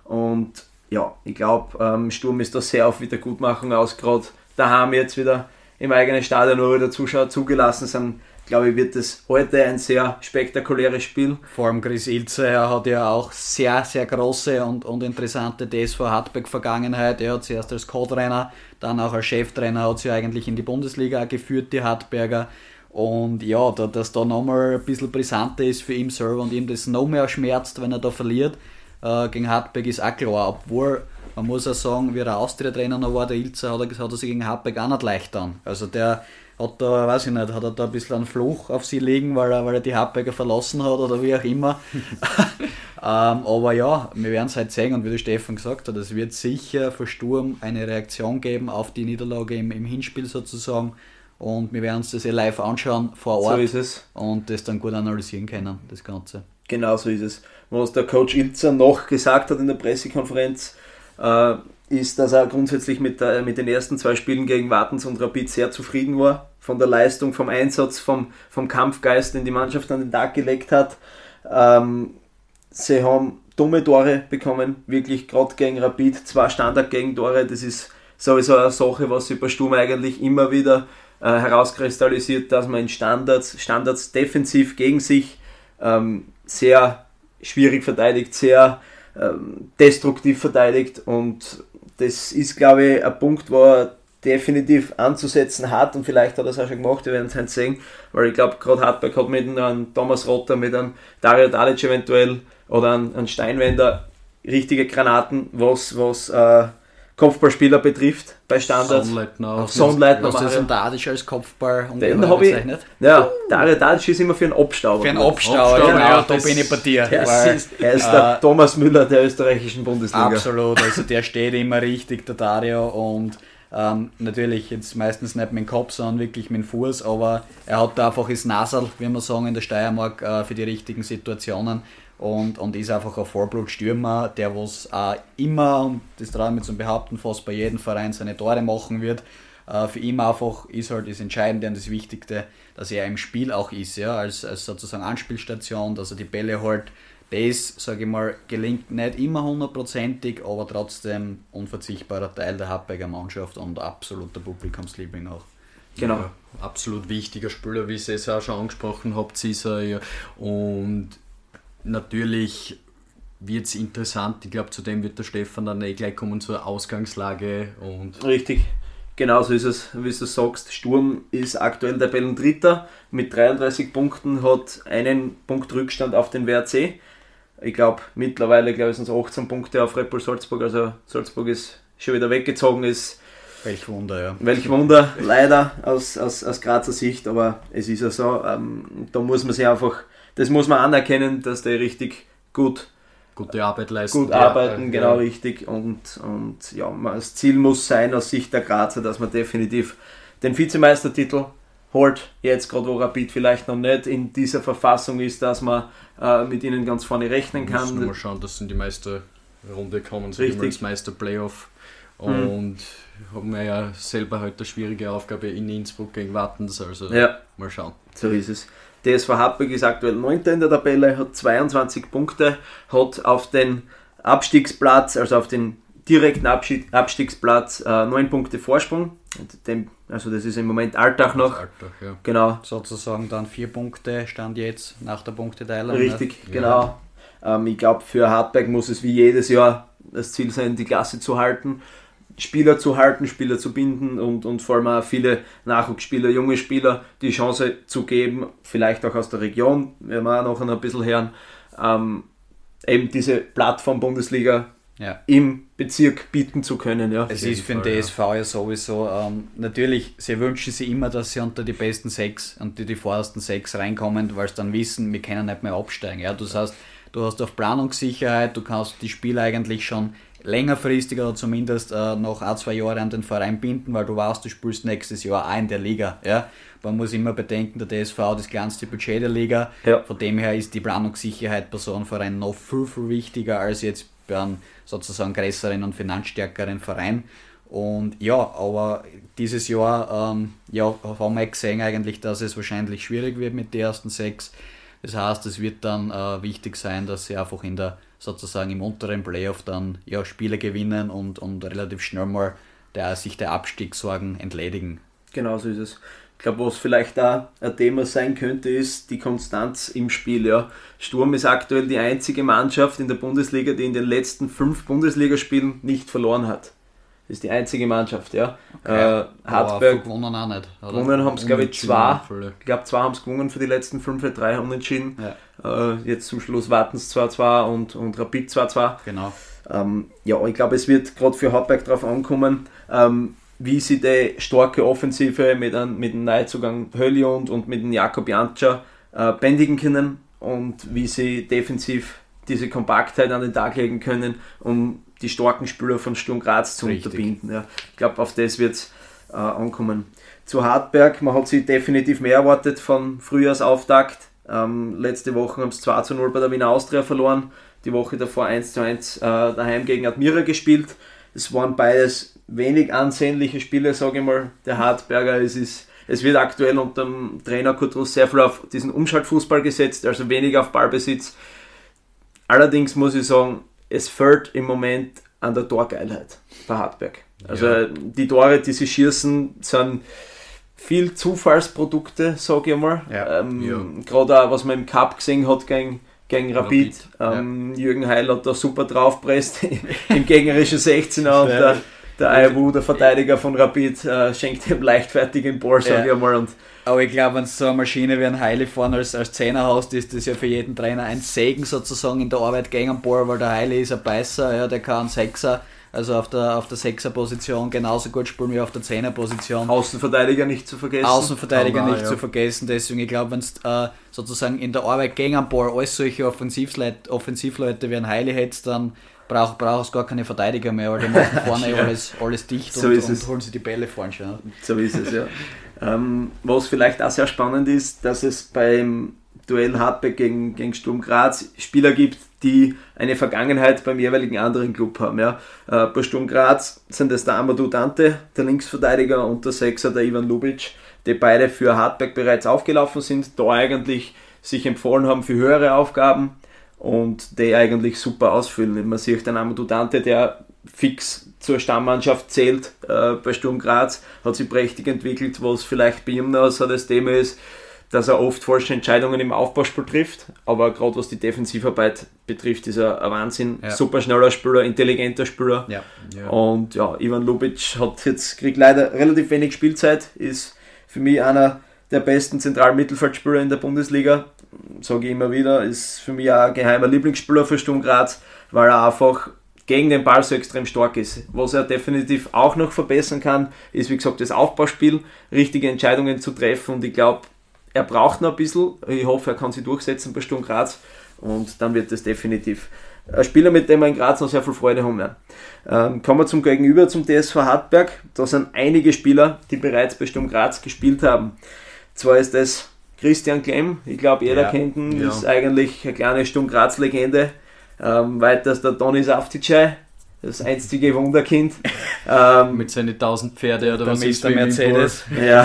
Und ja, ich glaube, ähm, Sturm ist da sehr auf Wiedergutmachung aus, gerade daheim jetzt wieder im eigenen Stadion, wo wieder Zuschauer zugelassen sind. Glaube ich, wird das heute ein sehr spektakuläres Spiel. Vor allem Chris Ilzer, er hat ja auch sehr, sehr große und, und interessante D S V Hartberg-Vergangenheit. Er hat zuerst als Co-Trainer, dann auch als Cheftrainer, hat sie eigentlich in die Bundesliga geführt, die Hartberger. Und ja, da, dass da nochmal ein bisschen brisanter ist für ihn selber und ihm das noch mehr schmerzt, wenn er da verliert. Uh, gegen Hartberg ist auch klar, obwohl man muss auch sagen, wie der Austria-Trainer noch war, der Ilzer, hat er, hat er sich gegen Hartberg auch nicht leicht an. Also der hat da, weiß ich nicht, hat er da ein bisschen einen Fluch auf sie liegen, weil er, weil er die Hartberger verlassen hat oder wie auch immer. um, aber ja, wir werden es halt sehen, und wie der Stefan gesagt hat, es wird sicher für Sturm eine Reaktion geben auf die Niederlage im, im Hinspiel sozusagen, und wir werden uns das eh live anschauen vor Ort. So ist es. Und das dann gut analysieren können, das Ganze. Genau so ist es. Was der Coach Ilzer noch gesagt hat in der Pressekonferenz, äh, ist, dass er grundsätzlich mit, der, mit den ersten zwei Spielen gegen Wartens und Rapid sehr zufrieden war. Von der Leistung, vom Einsatz, vom, vom Kampfgeist, den die Mannschaft an den Tag gelegt hat. Ähm, sie haben dumme Tore bekommen, wirklich gerade gegen Rapid, zwei Standard-Gegentore, das ist sowieso eine Sache, was sich bei Sturm eigentlich immer wieder äh, herauskristallisiert, dass man in Standards, Standards defensiv gegen sich ähm, sehr schwierig verteidigt, sehr ähm, destruktiv verteidigt, und das ist, glaube ich, ein Punkt, wo er definitiv anzusetzen hat, und vielleicht hat er es auch schon gemacht, wir werden es heute sehen, weil ich glaube, gerade Hartberg hat mit einem Thomas Rotter, mit einem Dario Dalic eventuell oder einem, einem Steinwender richtige Granaten, was, was äh, Kopfballspieler betrifft bei Standards. Sonnleitner. Sonnleitner. Was ist ein Tadic als Kopfball bezeichnet? Ja, Dario Dalic ist immer für einen Abstauber. Für einen Abstauber, Abstauber, genau, ja, da bin ich bei dir. Weil, ist, er ist der äh, Thomas Müller der österreichischen Bundesliga. Absolut, also der steht immer richtig, der Dario, und ähm, natürlich jetzt meistens nicht mit dem Kopf, sondern wirklich mit dem Fuß, aber er hat da einfach das Nasal, wie wir sagen in der Steiermark, äh, für die richtigen Situationen, und, und ist einfach ein Vollblutstürmer, der was äh, immer, und das traue ich mir zu behaupten, fast bei jedem Verein seine Tore machen wird. Äh, für ihn einfach ist halt das Entscheidende und das Wichtigste, dass er im Spiel auch ist, ja, als, als sozusagen Anspielstation, dass er die Bälle halt. Das, sage ich mal, gelingt nicht immer hundertprozentig, aber trotzdem unverzichtbarer Teil der Hartberger Mannschaft und absoluter Publikumsliebling auch. Genau. Ja, absolut wichtiger Spieler, wie ihr es auch schon angesprochen habt, ist er ja. Und natürlich wird es interessant, ich glaube, zu dem wird der Stefan dann eh gleich kommen, zur Ausgangslage. Und richtig, genau so ist es, wie du sagst. Sturm ist aktuell Tabellendritter mit dreiunddreißig Punkten, hat einen Punkt Rückstand auf den W R C. Ich glaube, mittlerweile glaube ich, sind es achtzehn Punkte auf Red Bull Salzburg, also Salzburg ist schon wieder weggezogen. Ist Welch Wunder, ja. Welch Wunder, leider aus, aus, aus Grazer Sicht, aber es ist ja so, ähm, da muss man sich einfach, das muss man anerkennen, dass die richtig gut gute Arbeit leisten. Gut arbeiten, ja, genau, ja. Richtig, und, und ja, das Ziel muss sein aus Sicht der Grazer, dass man definitiv den Vizemeistertitel holt, jetzt gerade wo Rapid vielleicht noch nicht in dieser Verfassung ist, dass man äh, mit ihnen ganz vorne rechnen kann. Wir müssen mal schauen, dass sie in die Meisterrunde kommen, so das Meister-Playoff, und mhm. haben wir ja selber halt eine schwierige Aufgabe in Innsbruck gegen Wattens, also ja. mal schauen. So ist es. D S V Hartberg ist aktuell neunter in der Tabelle, hat zweiundzwanzig Punkte, hat auf den Abstiegsplatz, also auf den direkten Abstiegsplatz äh, neun Punkte Vorsprung. Dem, also das ist im Moment Alltag noch. Alltag, ja. Genau. Sozusagen dann vier Punkte stand jetzt nach der Punkteteilung. Richtig, ne? Genau. Ja. Ähm, ich glaube, für Hartberg muss es wie jedes Jahr das Ziel sein, die Klasse zu halten, Spieler zu halten, Spieler zu binden und, und vor allem auch viele Nachwuchsspieler, junge Spieler die Chance zu geben, vielleicht auch aus der Region, werden wir auch noch ein bisschen hören, ähm, eben diese Plattform Bundesliga ja. im Bezirk bieten zu können. Ja. Es ist für den D S V ja sowieso, ähm, natürlich, sie wünschen sich immer, dass sie unter die besten sechs und die, die vordersten sechs reinkommen, weil sie dann wissen, wir können nicht mehr absteigen. Ja. Das heißt, du hast auf Planungssicherheit, du kannst die Spieler eigentlich schon längerfristig oder zumindest äh, noch ein, zwei Jahre an den Verein binden, weil du weißt, du spielst nächstes Jahr auch in der Liga. Ja? Man muss immer bedenken, der D S V das kleinste Budget der Liga. Ja. Von dem her ist die Planungssicherheit bei so einem Verein noch viel, viel wichtiger als jetzt bei einem sozusagen größeren und finanzstärkeren Verein. Und ja, aber dieses Jahr ähm, ja, haben wir gesehen eigentlich, dass es wahrscheinlich schwierig wird mit den ersten sechs. Das heißt, es wird dann äh, wichtig sein, dass sie einfach in der sozusagen im unteren Playoff dann ja, Spiele gewinnen und, und relativ schnell mal der, sich der Abstiegssorgen entledigen. Genau so ist es. Ich glaube, was vielleicht auch ein Thema sein könnte, ist die Konstanz im Spiel. Ja. Sturm ist aktuell die einzige Mannschaft in der Bundesliga, die in den letzten fünf Bundesligaspielen nicht verloren hat. Das ist die einzige Mannschaft, ja. Okay. Äh, Hartberg gewonnen auch nicht. Oder? Gewonnen haben es, glaube ich, zwei. Ich glaube, zwei haben es gewonnen für die letzten fünf, drei unentschieden. Ja. Äh, jetzt zum Schluss Wattens zwei zwei und, und Rapid zwei zwei. Genau. Ähm, ja, ich glaube, es wird gerade für Hartberg darauf ankommen, ähm, wie sie die starke Offensive mit einem mit dem Neuzugang Höljund und mit dem Jakob Jantscher äh, bändigen können und wie sie defensiv diese Kompaktheit an den Tag legen können, um die starken Spieler von Sturm Graz zu Richtig. unterbinden. Ja. Ich glaube, auf das wird es äh, ankommen. Zu Hartberg, man hat sich definitiv mehr erwartet von Frühjahrsauftakt. Ähm, letzte Woche haben sie zwei zu null bei der Wiener Austria verloren, die Woche davor eins zu eins äh, daheim gegen Admira gespielt. Es waren beides wenig ansehnliche Spiele, sage ich mal. Der Hartberger, es ist Es wird aktuell unter dem Trainer Kurt Russ sehr viel auf diesen Umschaltfußball gesetzt, also weniger auf Ballbesitz. allerdings muss ich sagen, es fehlt im Moment an der Torgeilheit bei Hartberg. Also ja. die Tore, die sie schießen, sind viel Zufallsprodukte, sage ich mal. Ja. Ähm, ja. Gerade auch, was man im Cup gesehen hat gegen, gegen Rapid. Rapid. Ähm, ja. Jürgen Heil hat da super draufpresst im gegnerischen sechzehner und der, der Ayawu, der Verteidiger von Rapid, äh, schenkt ihm leichtfertig den Ball, sage ja. ich mal. Und aber ich glaube, wenn du so eine Maschine wie ein Heili vorne als, als Zehner hast, ist das ja für jeden Trainer ein Segen sozusagen in der Arbeit gegen den Ball, weil der Heili ist ein Beißer, ja, der kann einen Sechser, also auf der, auf der Sechser-Position genauso gut spielen wie auf der Zehner-Position. Außenverteidiger nicht zu vergessen. Außenverteidiger Aber, nicht ja. zu vergessen, deswegen ich glaube, wenn du äh, sozusagen in der Arbeit gegen den Ball alles solche Offensivleute, Offensivleute wie ein Heili hättest, dann brauchst du brauch gar keine Verteidiger mehr, weil die machen vorne ja. alles, alles dicht so und, und holen sie die Bälle vorne schon. So ist es, ja. Ähm, was vielleicht auch sehr spannend ist, dass es beim Duell Hartberg gegen, gegen Sturm Graz Spieler gibt, die eine Vergangenheit beim jeweiligen anderen Club haben. Ja. Äh, bei Sturm Graz sind es der Amadou Dante, der Linksverteidiger, und der Sechser, der Ivan Ljubic, die beide für Hartberg bereits aufgelaufen sind, da eigentlich sich empfohlen haben für höhere Aufgaben und die eigentlich super ausfüllen. Man sieht den Amadou Dante, der fix zur Stammmannschaft zählt äh, bei Sturm Graz, hat sich prächtig entwickelt, was vielleicht bei ihm noch so das Thema ist, dass er oft falsche Entscheidungen im Aufbauspiel trifft, aber gerade was die Defensivarbeit betrifft, ist er ein Wahnsinn. Ja. Super schneller Spieler, intelligenter Spieler. Ja. Ja. Und ja, Ivan Ljubic hat jetzt, kriegt leider relativ wenig Spielzeit, ist für mich einer der besten zentralen Mittelfeldspieler in der Bundesliga, sage ich immer wieder, ist für mich auch ein geheimer Lieblingsspieler für Sturm Graz, weil er einfach gegen den Ball so extrem stark ist. Was er definitiv auch noch verbessern kann, ist wie gesagt das Aufbauspiel, richtige Entscheidungen zu treffen, und ich glaube, er braucht noch ein bisschen. Ich hoffe, er kann sich durchsetzen bei Sturm Graz, und dann wird das definitiv ein Spieler, mit dem wir in Graz noch sehr viel Freude haben werden. Ähm, kommen wir zum Gegenüber, zum T S V Hartberg. Da sind einige Spieler, die bereits bei Sturm Graz gespielt haben. Zwar ist das Christian Klemm, ich glaube, jeder Ja. kennt ihn, Ja. ist eigentlich eine kleine Sturm Graz-Legende. Ähm, weiters der Donis Avticay, das einstige Wunderkind. Ähm, Mit seinen tausend Pferde oder Der was ist Mister Mercedes. ja.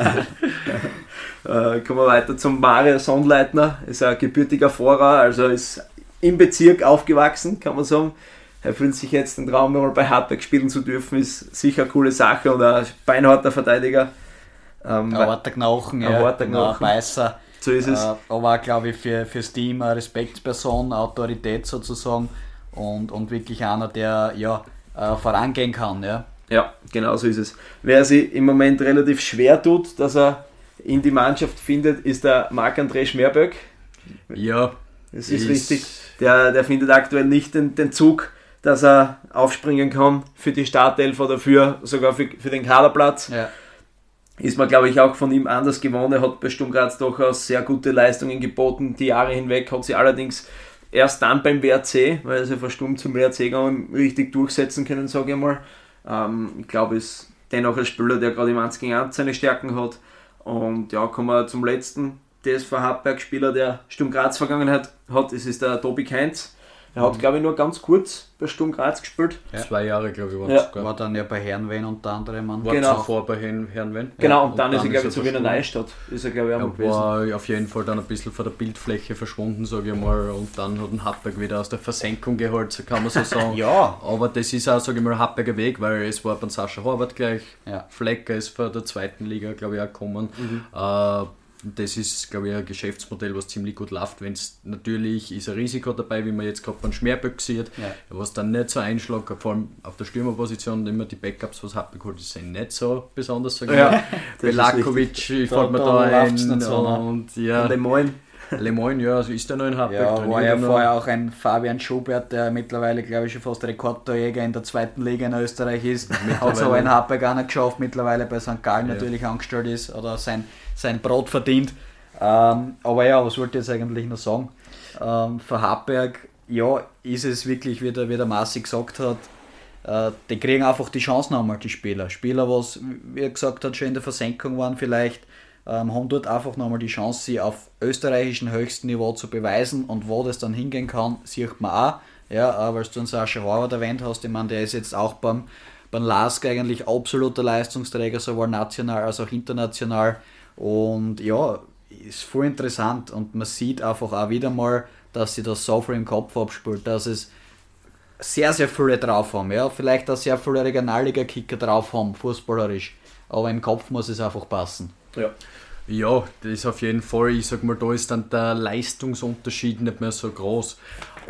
äh, kommen wir weiter zum Mario Sonnleitner, ist ein gebürtiger Fahrer, also ist im Bezirk aufgewachsen, kann man sagen. Er fühlt sich jetzt den Traum, mal bei Hartberg spielen zu dürfen, ist sicher eine coole Sache, und ein beinharter Verteidiger. Ähm, Ein harter Knochen, ein ja, harter genau, Knochen. ein Beißer. So ist es. Äh, aber auch, glaube ich, für, fürs Team eine Respektsperson, eine Autorität sozusagen, und, und wirklich einer, der ja, äh, vorangehen kann. Ja. Ja, genau so ist es. Wer sich im Moment relativ schwer tut, dass er in die Mannschaft findet, ist der Marc-André Schmerböck. Ja, Das ist, ist richtig. Der, der findet aktuell nicht den, den Zug, dass er aufspringen kann für die Startelf oder für, sogar für, für den Kaderplatz. Ja. Ist man, glaube ich, auch von ihm anders gewohnt. Er hat bei Sturm Graz durchaus sehr gute Leistungen geboten, die Jahre hinweg, hat sie allerdings erst dann beim W R C, weil er sich von Sturm zum W R C gegangen, richtig durchsetzen können, sage ich mal. Ähm, ich glaube, ist dennoch ein Spieler, der gerade im eins gegen eins seine Stärken hat. Und ja, kommen wir zum letzten T S V Hartberg-Spieler, der Sturm Graz Vergangenheit hat. Es ist der Tobi Kainz. Er hat, glaube ich, nur ganz kurz bei Sturm Graz gespielt. Ja. zwei Jahre, glaube ich, waren Ja. es sogar. War dann ja bei Herrenwen unter anderem. An. War Genau. zuvor bei Herrn, Herrn Wendt. Genau, Ja, und dann und ist er, dann glaube ich, ist zu er Wiener verschwunden. Neustadt. Ist er, glaube ich, einmal Er gewesen. war auf jeden Fall dann ein bisschen von der Bildfläche verschwunden, sage ich mal, und dann hat ihn Hartberg wieder aus der Versenkung geholt, so kann man so sagen. Ja. Aber das ist auch, sage ich mal, Hartberger Weg, weil es war beim Sascha Horvath gleich. Ja. Flecker ist von der zweiten Liga, glaube ich, auch gekommen. Äh, das ist, glaube ich, ein Geschäftsmodell, was ziemlich gut läuft. Wenn's, natürlich ist ein Risiko dabei, wie man jetzt gerade beim Schmerböck sieht, Ja. was dann nicht so einschlägt, vor allem auf der Stürmerposition, immer die Backups, was Hartberg holt, die sind nicht so besonders, sage ich Ja, mal. das ist Belakovic fällt Da- mir da da läuft's ein, nicht so, ne? und ja, Le Moyne. Le Moyne, ja, also ist der noch in Hartberg Ja, drin? war ja Irgendwo? vorher auch ein Fabian Schubert, der mittlerweile, glaube ich, schon fast Rekordtorjäger in der zweiten Liga in Österreich ist. Hat es aber in Hartberg auch nicht geschafft, mittlerweile bei Sankt Gallen Ja. natürlich angestellt ist oder sein, sein Brot verdient. Ähm, aber ja, was wollte ich jetzt eigentlich noch sagen? Ähm, für Hartberg, ja, ist es wirklich, wie der, wie der Marci gesagt hat, äh, die kriegen einfach die Chance nochmal, die Spieler. Spieler, was, wie er gesagt hat, schon in der Versenkung waren vielleicht, ähm, haben dort einfach nochmal die Chance, sie auf österreichischem höchsten Niveau zu beweisen, und wo das dann hingehen kann, sieht man auch. Ja, äh, weil du den Sascha Horvath erwähnt hast, ich meine, der ist jetzt auch beim, beim LASK eigentlich absoluter Leistungsträger, sowohl national als auch international, und ja, ist voll interessant, und man sieht einfach auch wieder mal, dass sie das so viel im Kopf abspielt, dass es sehr, sehr viele drauf haben. Ja? Vielleicht auch sehr viele Regionalliga-Kicker drauf haben, fußballerisch. Aber im Kopf muss es einfach passen. Ja. Ja, das ist auf jeden Fall, ich sag mal, da ist dann der Leistungsunterschied nicht mehr so groß.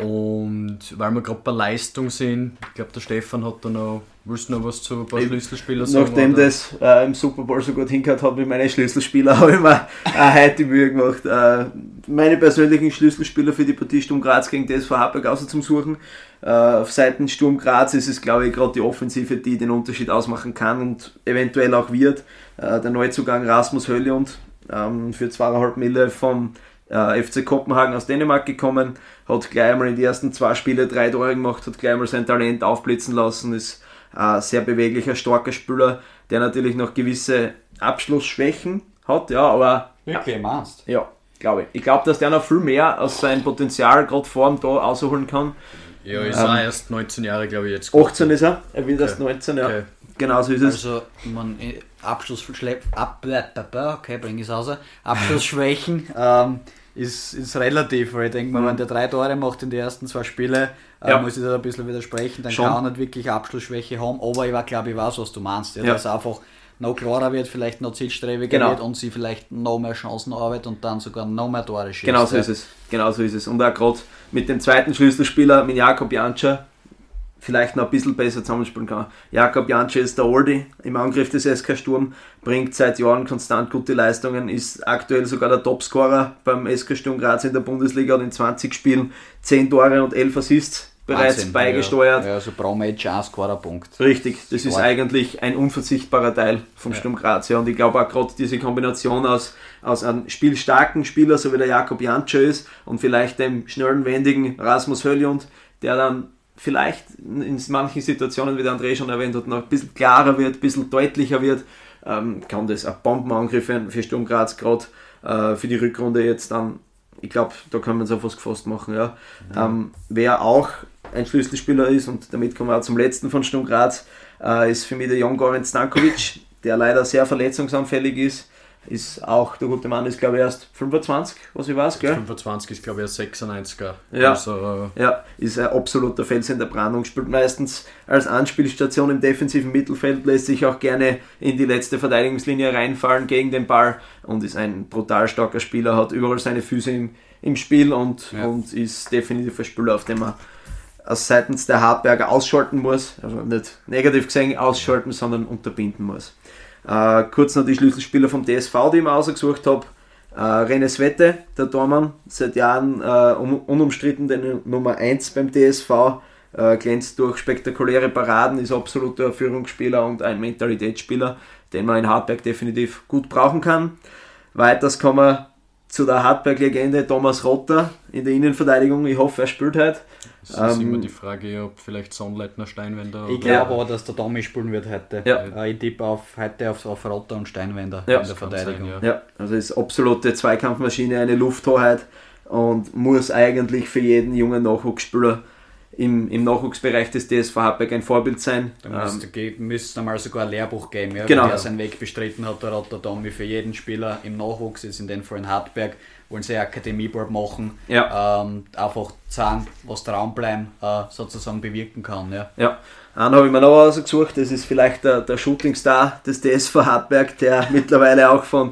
Und weil wir gerade bei Leistung sind, ich glaube, der Stefan hat da noch, willst du noch was zu ein paar Schlüsselspieler sagen? Nachdem oder? das äh, im Super Bowl so gut hingehört hat wie meine Schlüsselspieler, habe ich mir auch heute die Mühe gemacht, äh, meine persönlichen Schlüsselspieler für die Partie Sturm Graz gegen D S V Hartberg außer zum Suchen. Äh, auf Seiten Sturm Graz ist es, glaube ich, gerade die Offensive, die den Unterschied ausmachen kann und eventuell auch wird. Äh, der Neuzugang Rasmus Höljund, ähm, für zweieinhalb Mille vom äh, F C Kopenhagen aus Dänemark gekommen, hat gleich einmal in die ersten zwei Spiele drei Tore gemacht, hat gleich einmal sein Talent aufblitzen lassen, ist ein sehr beweglicher, starker Spieler, der natürlich noch gewisse Abschlussschwächen hat, ja, aber... Wirklich, meinst du? Ja, glaube ich. Ich glaube, dass der noch viel mehr aus seinem Potenzial gerade vorm da rausholen kann. Ja, ist ähm, auch erst neunzehn Jahre, glaube ich, jetzt. achtzehn ist er, er wird okay. erst neunzehn, ja. Okay. Genau so ist es. Also, man, Abschlussschle- Ab- okay, bring ich es raus. Abschlussschwächen ähm, ist, ist relativ, weil ich denke mal, mhm. wenn der drei Tore macht in den ersten zwei Spielen, äh, ja. muss ich da ein bisschen widersprechen, dann Schon. kann er nicht wirklich Abschlussschwäche haben, aber ich glaube, ich weiß, was du meinst. Ja, ja. Dass er einfach noch klarer wird, vielleicht noch zielstrebiger genau. wird und sie vielleicht noch mehr Chancen arbeitet und dann sogar noch mehr Tore schießt. Genau so ja. ist es. Genau so ist es. Und auch gerade mit dem zweiten Schlüsselspieler, mit Jakob Janča, vielleicht noch ein bisschen besser zusammenspielen kann. Jakob Janča ist der Oldie im Angriff des S K Sturm, bringt seit Jahren konstant gute Leistungen, ist aktuell sogar der Topscorer beim S K Sturm Graz in der Bundesliga und in zwanzig Spielen zehn Tore und elf Assists bereits Wahnsinn, beigesteuert. Ja, also pro Match ein Scorerpunkt. Richtig, das ist eigentlich ein unverzichtbarer Teil vom ja. Sturm Graz. Ja. Und ich glaube auch gerade diese Kombination aus, aus einem spielstarken Spieler, so wie der Jakob Janča ist, und vielleicht dem schnellen, wendigen Rasmus Höljund, der dann vielleicht in manchen Situationen, wie der André schon erwähnt hat, noch ein bisschen klarer wird, ein bisschen deutlicher wird, ähm, kann das ein Bombenangriff für Sturm Graz gerade äh, für die Rückrunde jetzt dann, ich glaube, da können wir uns auf was gefasst machen. Ja. Mhm. Ähm, wer auch ein Schlüsselspieler ist, und damit kommen wir auch zum letzten von Sturm Graz, äh, ist für mich der Jon Goran Stankovic, der leider sehr verletzungsanfällig ist. Ist auch, der gute Mann ist, glaube ich, erst fünfundzwanzig, was ich weiß, gell? fünfundzwanzig ist, glaube ich, erst sechsundneunziger. Ja, also, äh ja, ist ein absoluter Fels in der Brandung, spielt meistens als Anspielstation im defensiven Mittelfeld, lässt sich auch gerne in die letzte Verteidigungslinie reinfallen gegen den Ball und ist ein brutal starker Spieler, hat überall seine Füße im, im Spiel und, ja. und ist definitiv ein Spieler, auf den man seitens der Hartberger ausschalten muss, also nicht negativ gesehen ausschalten, sondern unterbinden muss. Uh, kurz noch die Schlüsselspieler vom D S V, die ich mir ausgesucht habe. Uh, René Svette, der Tormann, seit Jahren uh, un- unumstritten der Nummer eins beim D S V, uh, glänzt durch spektakuläre Paraden, ist absoluter Führungsspieler und ein Mentalitätsspieler, den man in Hartberg definitiv gut brauchen kann. Weiters kommen wir zu der Hartberg-Legende Thomas Rotter in der Innenverteidigung. Ich hoffe, er spielt heute. Das ist ähm, immer die Frage, ob vielleicht Sonnleitner, Steinwender... Ich glaube aber, dass der Tommy spielen wird heute. Ja. Ich tippe auf, heute auf, auf Rotter und Steinwender ja. in der Verteidigung. Sein, ja. ja, also ist absolute Zweikampfmaschine, eine Lufthoheit und muss eigentlich für jeden jungen Nachwuchsspieler im, im Nachwuchsbereich des D S V Hartberg ein Vorbild sein. Da müsste ähm, es einmal sogar ein Lehrbuch geben, ja, genau. der seinen Weg bestritten hat, der Rotter Tommy, für jeden Spieler im Nachwuchs, ist in dem Fall in Hartberg, wollen sie Akademieball machen, ja. ähm, einfach zeigen, was Traumbleiben äh, sozusagen bewirken kann. Ja, ja. Einen habe ich mir noch ausgesucht, das ist vielleicht der, der Shootingstar des D S V Hartberg, der mittlerweile auch von,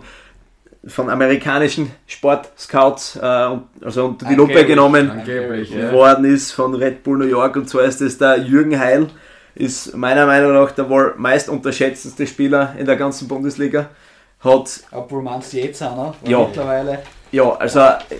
von amerikanischen Sportscouts äh, also unter die Lupe genommen ja. worden ist von Red Bull New York, und zwar ist das der Jürgen Heil, ist meiner Meinung nach der wohl meist unterschätzendste Spieler in der ganzen Bundesliga. Hat, obwohl man es jetzt auch noch, ja. mittlerweile. Ja, also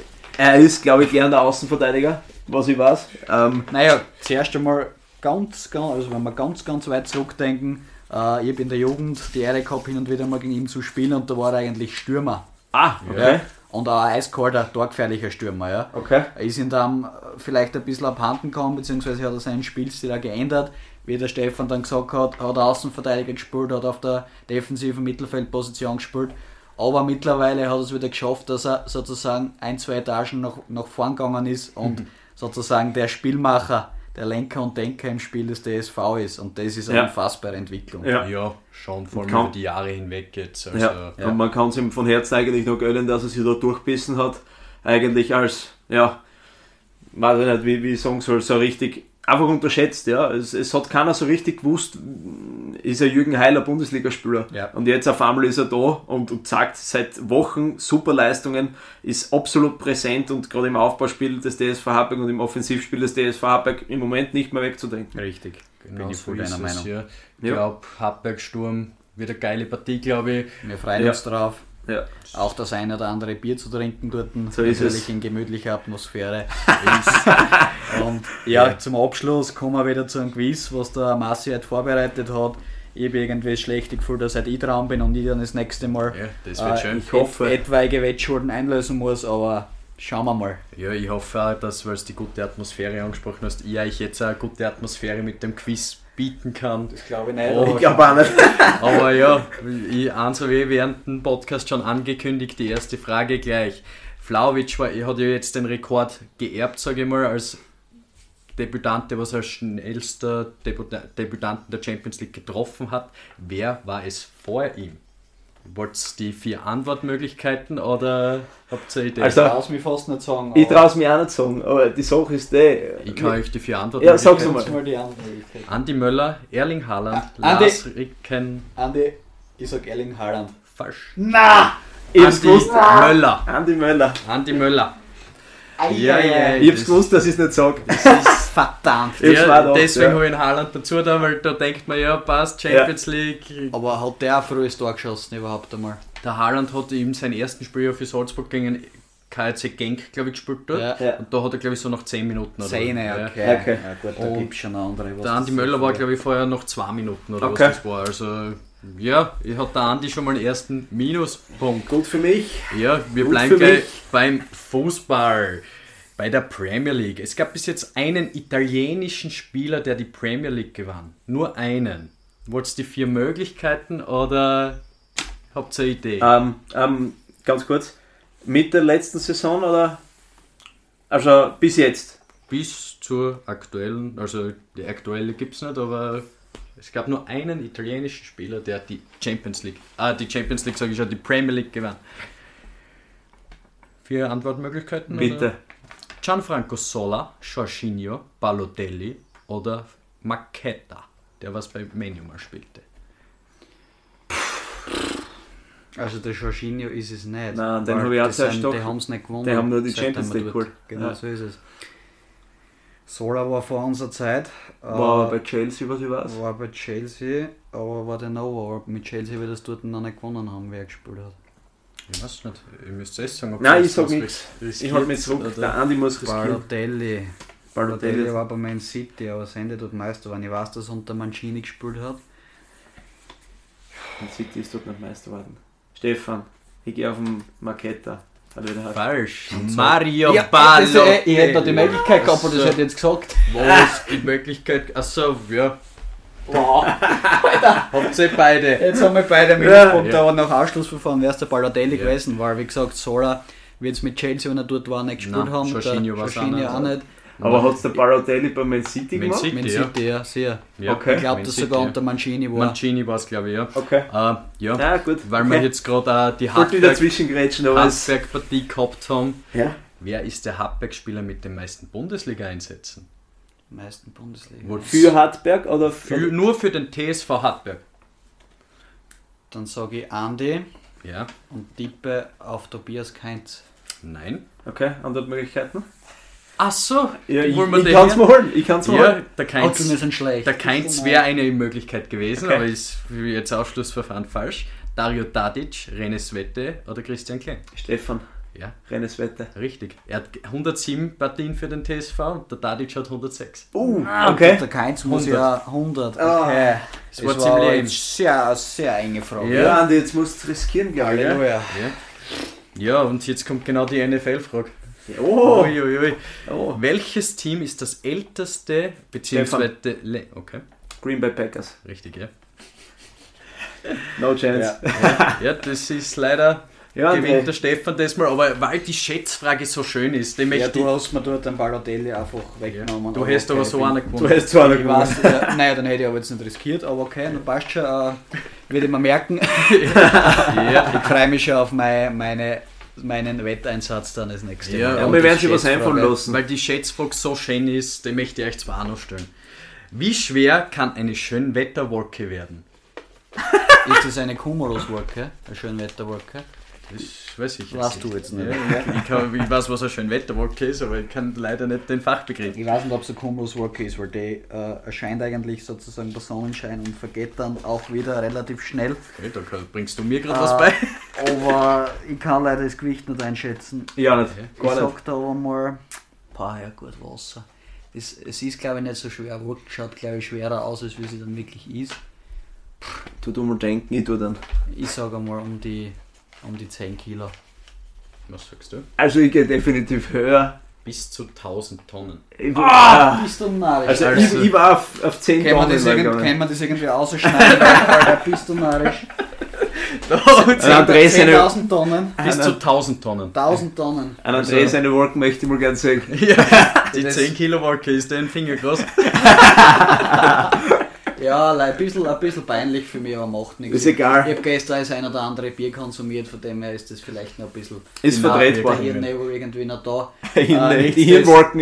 er ist, glaube ich, gelernter Außenverteidiger, was ich weiß. Ähm, naja, zuerst einmal ganz, ganz, also wenn wir ganz, ganz weit zurückdenken, äh, ich habe in der Jugend die Ehre gehabt, hin und wieder mal gegen ihn zu spielen, und da war er eigentlich Stürmer. Ah, okay. Ja, und auch ein eiskalter, torgefährlicher Stürmer. Ja. Okay. Er ist ihm dann vielleicht ein bisschen abhanden gekommen, beziehungsweise hat er seinen Spielstil auch geändert. Wie der Stefan dann gesagt hat, hat er Außenverteidiger gespielt, hat auf der defensiven Mittelfeldposition gespielt. Aber mittlerweile hat er es wieder geschafft, dass er sozusagen ein, zwei Etagen nach, nach vorn gegangen ist und mhm. sozusagen der Spielmacher, der Lenker und Denker im Spiel des D S V ist. Und das ist eine ja. unfassbare Entwicklung. Ja, ja, schon vor allem über die Jahre hinweg jetzt. Also, ja. Ja. Und man kann es ihm von Herzen eigentlich noch gönnen, dass er sich da durchbissen hat. Eigentlich als, ja, weiß ich nicht, wie, wie ich sagen soll, so richtig einfach unterschätzt, ja. Es, es hat keiner so richtig gewusst, ist ein Jürgen Heiler Bundesligaspieler. Ja. Und jetzt auf einmal ist er da und, und zeigt seit Wochen super Leistungen, ist absolut präsent und gerade im Aufbauspiel des D S V Hartberg und im Offensivspiel des D S V Hartberg im Moment nicht mehr wegzudenken. Richtig, Bin genau ich so voll ist deiner es, Meinung. ja. Ich Ja. glaube, Hartberg Sturm wird eine geile Partie, glaube ich. Wir freuen Ja. uns drauf. Ja. Auch das eine oder andere Bier zu trinken dort. So ist natürlich es. in gemütlicher Atmosphäre. Und ja, Ja. zum Abschluss kommen wir wieder zu einem Quiz, was der Massi heute vorbereitet hat. Ich habe irgendwie das schlechte Gefühl, dass ich dran bin und ich dann das nächste Mal Ja, das wird äh, schön. Ich hoffe. et- etwaige Wettschulden einlösen muss, aber schauen wir mal. Ja, ich hoffe auch, dass, weil du die gute Atmosphäre angesprochen hast, ich euch jetzt auch eine gute Atmosphäre mit dem Quiz bieten kann. Das glaube ich nicht. Oh, Ich glaube auch nicht. Aber ja, ich, eins habe ich während dem Podcast schon angekündigt, die erste Frage gleich. Vlahovic war, hat ja jetzt den Rekord geerbt, sage ich mal, als Debütant, der was als schnellster Debüta- Debütanten der Champions League getroffen hat. Wer war es vor ihm? Wollt ihr die vier Antwortmöglichkeiten oder habt ihr eine Idee? Also- Ich traue es mir fast nicht sagen. Ich aber traue es mir auch nicht sagen, aber die Sache ist die. ich kann euch die vier Ja, Antwortmöglichkeiten sag's mal. jetzt mal die andere Möglichkeit. Andi Möller, Erling Haaland, Ah, Andi. Lars Ricken, Andi, ich sag Erling Haaland. falsch. Na! Ich hab's Andi gewusst. Möller. Andi Möller. Andi Möller. Ja, Ja, ja, Ich hab's das- gewusst, dass ich es nicht sage. Verdammt. Ich hab's mir Ja, gedacht, deswegen ja. habe ich einen Haaland dazu da, weil da denkt man ja, passt, Champions League. Aber hat der auch frühes Tor geschossen überhaupt einmal? Der Haaland hat eben seinen ersten Spiel für Salzburg gegen K C Genk, glaube ich, gespielt dort. Ja. Ja. Und da hat er, glaube ich, so nach zehn Minuten oder Zähne, ja. okay. Okay. Ja, gut, da Und gibt es schon andere. was Der Andi das Möller so war, viel- glaube ich, vorher noch zwei Minuten oder Okay. was das war. Also, ja, ich hat der Andi schon mal einen ersten Minuspunkt. Gut für mich. Ja, wir Gut bleiben für gleich mich. beim Fußball. Bei der Premier League. Es gab bis jetzt einen italienischen Spieler, der die Premier League gewann. Nur einen. Wollt ihr die vier Möglichkeiten oder habt ihr eine Idee? Ähm, ähm, ganz kurz. Mit der letzten Saison oder? Also bis jetzt. Bis zur aktuellen, also die aktuelle gibt es nicht, aber es gab nur einen italienischen Spieler, der die Champions League, ah, die Champions League sage ich schon, die Premier League gewann. Vier Antwortmöglichkeiten? Bitte. Oder? Gianfranco Sola, Jorginho, Balotelli oder Maketa, der was bei Menu mal spielte. Also der Jorginho ist es nicht. Nein, den weil hab ich auch die zuerst sind- gedacht. Die haben es nicht gewonnen. Die haben nur die seitdem Champions wir League dort- geholt. Genau, Ja. so ist es. Sola war vor unserer Zeit. War äh, bei Chelsea, was ich weiß. war bei Chelsea, aber war der Nova. Mit Chelsea, weil das dort noch nicht gewonnen haben, wer gespielt hat. Ich weiß nicht, ihr müsst es sagen. Ob Nein, ihr ich sag was nichts. ris- Ich halte mich riskiert zurück. oder- Der Andi muss riskieren. Balotelli. Balotelli Balotelli. war bei Man City, aber Sende dort Meister waren. Ich weiß, dass er unter Mancini gespielt hat. Man City ist dort noch Meister geworden. Stefan, ich gehe auf den Maketa. Oder wie der heißt. Falsch. so. Mario Ja, Balotelli. das, äh, ich hätte noch die Möglichkeit gehabt, aber das Also, hätte ich jetzt gesagt. Wo ist die Möglichkeit? Achso, ja. Habt ihr beide? Jetzt haben wir beide Minuspunkte, Ja. aber nach Ausschlussverfahren wäre es der Balotelli Ja. gewesen, weil wie gesagt, Sola wird es mit Chelsea, wenn er dort war, nicht gespielt Nein, haben. Jorginho der war's auch Jorginho nicht. auch nicht. Aber hat es der Balotelli bei Man City Man gemacht? City. Man ja. City, ja, sehr. Ja, Okay. Ich glaube, Man dass City, sogar ja. unter Mancini war. Mancini war es, glaube ich, ja. Okay. Äh, ja, Ja, gut. weil okay. wir jetzt gerade auch die Ich wollte wieder Hartberg- zwischengrätschen, aber es... Hartberg-Partie gehabt haben. Ja. Wer ist der Hartberg-Spieler mit den meisten Bundesliga-Einsätzen? Die meisten Bundesliga. Wo- Für Hartberg oder Für, nur für den T S V Hartberg. Dann sage ich Andi Ja, und tippe auf Tobias Kainz. nein. Okay, Antwortmöglichkeiten? Ach so, Ja, ich, wollen wir ich den kann es her? mir holen. Ich kann es mir Ja, holen. der Autos Keins, sind schlecht. der Keins wäre eine Möglichkeit gewesen, Okay. aber ist für jetzt Ausschlussverfahren falsch. Dario Tadic, René Svete oder Christian Klein? Stefan, Ja, Renneswette. richtig. Er hat hundertsieben Partien für den T S V und der Tadic hat hundertsechs. Uh, Ah, okay. und Der Keins muss hundert. ja hundert. Ah. Okay. Das war ziemlich eine eng. sehr, sehr enge Frage. Ja. Ja, Andi, jetzt musst du riskieren, glaube ich. Ja. Halleluja. Ja. ja, und jetzt kommt genau die N F L-Frage. Oh, Ui, ui, ui. oh. Welches Team ist das älteste, beziehungsweise... Le- Okay, Green Bay Packers. richtig, ja. No chance. Ja, ja das ist leider... Ja, gewinnt André. der Stefan das mal, aber weil die Schätzfrage so schön ist, den Ja, möchte du hast mir dort den Balotelli einfach ich... weggenommen. Du hast aber okay, so bin- einen Du gewonnen. hast zwar noch Ich weiß, ja, naja, dann hätte ich aber jetzt nicht riskiert, aber okay, dann passt schon. Äh, würde ich mir merken. Ja, Ich freue mich schon auf meine, meine meinen Wetteinsatz dann das nächste Ja, Mal. Ja, und wir die werden sich was einfallen Schätzfrage, lassen. Weil die Schätzfrage so schön ist, die möchte ich euch zwar auch noch stellen. Wie schwer kann eine Schönwetterwolke werden? Ist das eine Cumuluswolke? Eine Schönwetterwolke? Das weiß ich Weißt du jetzt nicht. Ja, ich, kann, ich weiß, was eine Schönwetterwolke ist, aber ich kann leider nicht den Fachbegriff. Ich weiß nicht, ob es eine Cumuluswolke ist, weil die äh, erscheint eigentlich sozusagen bei Sonnenschein und vergeht dann auch wieder relativ schnell. Okay, da kann, bringst du mir gerade Äh, was bei. Aber ich kann leider das Gewicht nicht einschätzen. Ja, nicht. Ich Gar nicht. sag da aber mal, paar ja gut Wasser. Es, es ist glaube ich nicht so schwer, Wolke schaut glaube ich schwerer aus, als wie sie dann wirklich ist. Tu du mal denken, ich tu dann. Ich sage mal um die, um die zehn Kilo. Was sagst du? Also ich gehe definitiv höher. Bis zu tausend Tonnen. Ich, Ah, bist du narrisch. also, Also- ich, ich war auf, auf zehn Können wir, Tonnen. das mal irgend, gegangen. können wir das irgendwie ausschneiden, weil da bist du narrisch. Ein André seine, zehntausend Tonnen, Bis zu tausend Tonnen. tausend Tonnen. ein André seine Wolken möchte ich mal gerne sehen. Ja, die Das- zehn Kilo Wolke ist ein Finger groß. Ja, ein bisschen, ein bisschen peinlich für mich, aber macht nichts. Ist egal. Ich habe gestern das ein oder andere Bier konsumiert, von dem her ist das vielleicht noch ein bisschen... Ist die vertretbar. Der Hirnlevel irgendwie noch da. Die Äh, Hirnwolken.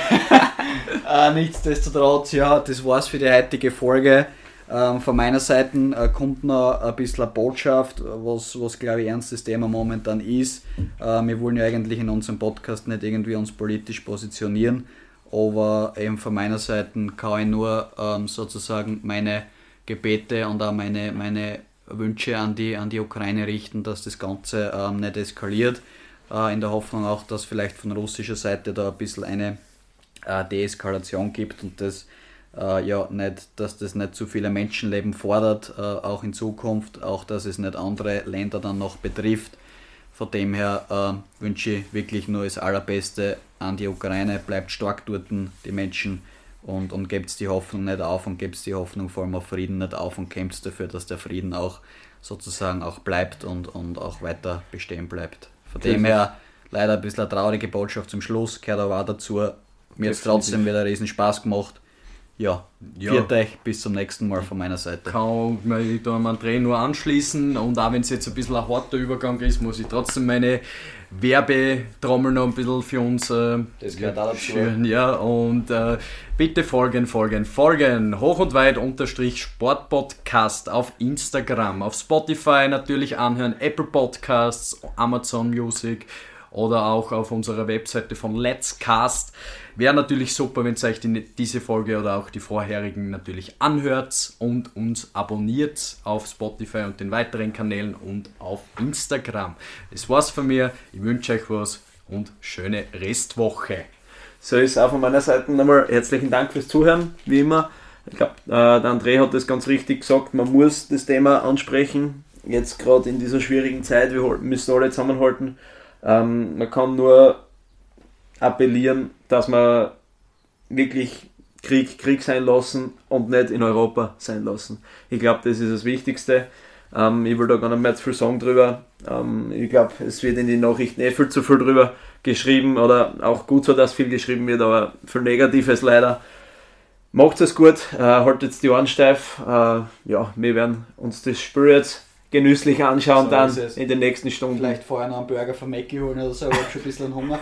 Äh, nichtsdestotrotz, ja, das war's für die heutige Folge. Ähm, von meiner Seite äh, kommt noch ein bisschen eine Botschaft, was, was glaube ich ernstes Thema momentan ist. Äh, wir wollen ja eigentlich in unserem Podcast nicht irgendwie uns politisch positionieren, aber eben von meiner Seite kann ich nur ähm, sozusagen meine Gebete und auch meine, meine Wünsche an die, an die Ukraine richten, dass das Ganze ähm, nicht eskaliert. Äh, in der Hoffnung auch, dass vielleicht von russischer Seite da ein bisschen eine äh, Deeskalation gibt und das äh, ja nicht, dass das nicht zu viele Menschenleben fordert, äh, auch in Zukunft, auch dass es nicht andere Länder dann noch betrifft. Von dem her äh, wünsche ich wirklich nur das Allerbeste an die Ukraine, bleibt stark dort, die Menschen, und, und gebt die Hoffnung nicht auf und gebt die Hoffnung vor allem auf Frieden nicht auf und kämpft dafür, dass der Frieden auch sozusagen auch bleibt und, und auch weiter bestehen bleibt. Von dem her leider ein bisschen eine traurige Botschaft zum Schluss, gehört aber auch dazu. Mir hat es trotzdem wieder riesen Spaß gemacht. Ja, Ja. viert euch, bis zum nächsten Mal von meiner Seite. Kann mich da am André nur anschließen, und auch wenn es jetzt ein bisschen ein harter Übergang ist, muss ich trotzdem meine Werbetrommel noch ein bisschen für uns äh, Das gehört auch dazu. schüren. Ja, und äh, bitte folgen, folgen, folgen. Hoch und weit unterstrich Sportpodcast auf Instagram, auf Spotify natürlich anhören, Apple Podcasts, Amazon Music oder auch auf unserer Webseite von Let's Cast. Wäre natürlich super, wenn ihr euch die, diese Folge oder auch die vorherigen natürlich anhört und uns abonniert auf Spotify und den weiteren Kanälen und auf Instagram. Das war's von mir. Ich wünsche euch was und schöne Restwoche. So ist auch von meiner Seite nochmal herzlichen Dank fürs Zuhören, wie immer. Ich glaube, äh, der André hat das ganz richtig gesagt, man muss das Thema ansprechen, jetzt gerade in dieser schwierigen Zeit, wir hol- müssen alle zusammenhalten. Ähm, man kann nur appellieren, dass man wirklich Krieg Krieg sein lassen und nicht in Europa sein lassen. Ich glaube, das ist das Wichtigste. Ähm, ich will da gar nicht mehr zu viel sagen drüber. Ähm, ich glaube, es wird in den Nachrichten eh viel zu viel drüber geschrieben, oder auch gut so, dass viel geschrieben wird, aber viel Negatives leider. Macht es gut, äh, haltet die Ohren steif. Äh, ja, wir werden uns das Spiel jetzt genüsslich anschauen, So dann ist es. in den nächsten Stunden. Vielleicht vorher noch einen Burger von Mackie holen oder so, ich hab schon ein bisschen Hunger.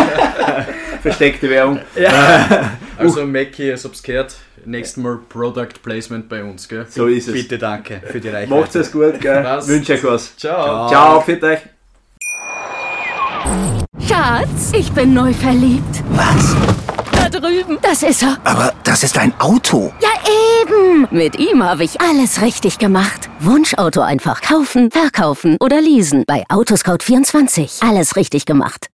Versteckte Werbung. Also Mackie, als ob's gehört, nächstes Mal Product Placement bei uns, gell? So ist es. Bitte danke für die Reichweite. Macht es gut, gell? Passt. Wünsche euch was. Ciao. Ciao, für euch. Schatz, ich bin neu verliebt. Was? Da drüben. Das ist er. Aber das ist ein Auto. Ja, eben. Mit ihm habe ich alles richtig gemacht. Wunschauto einfach kaufen, verkaufen oder leasen. Bei Autoscout vierundzwanzig. Alles richtig gemacht.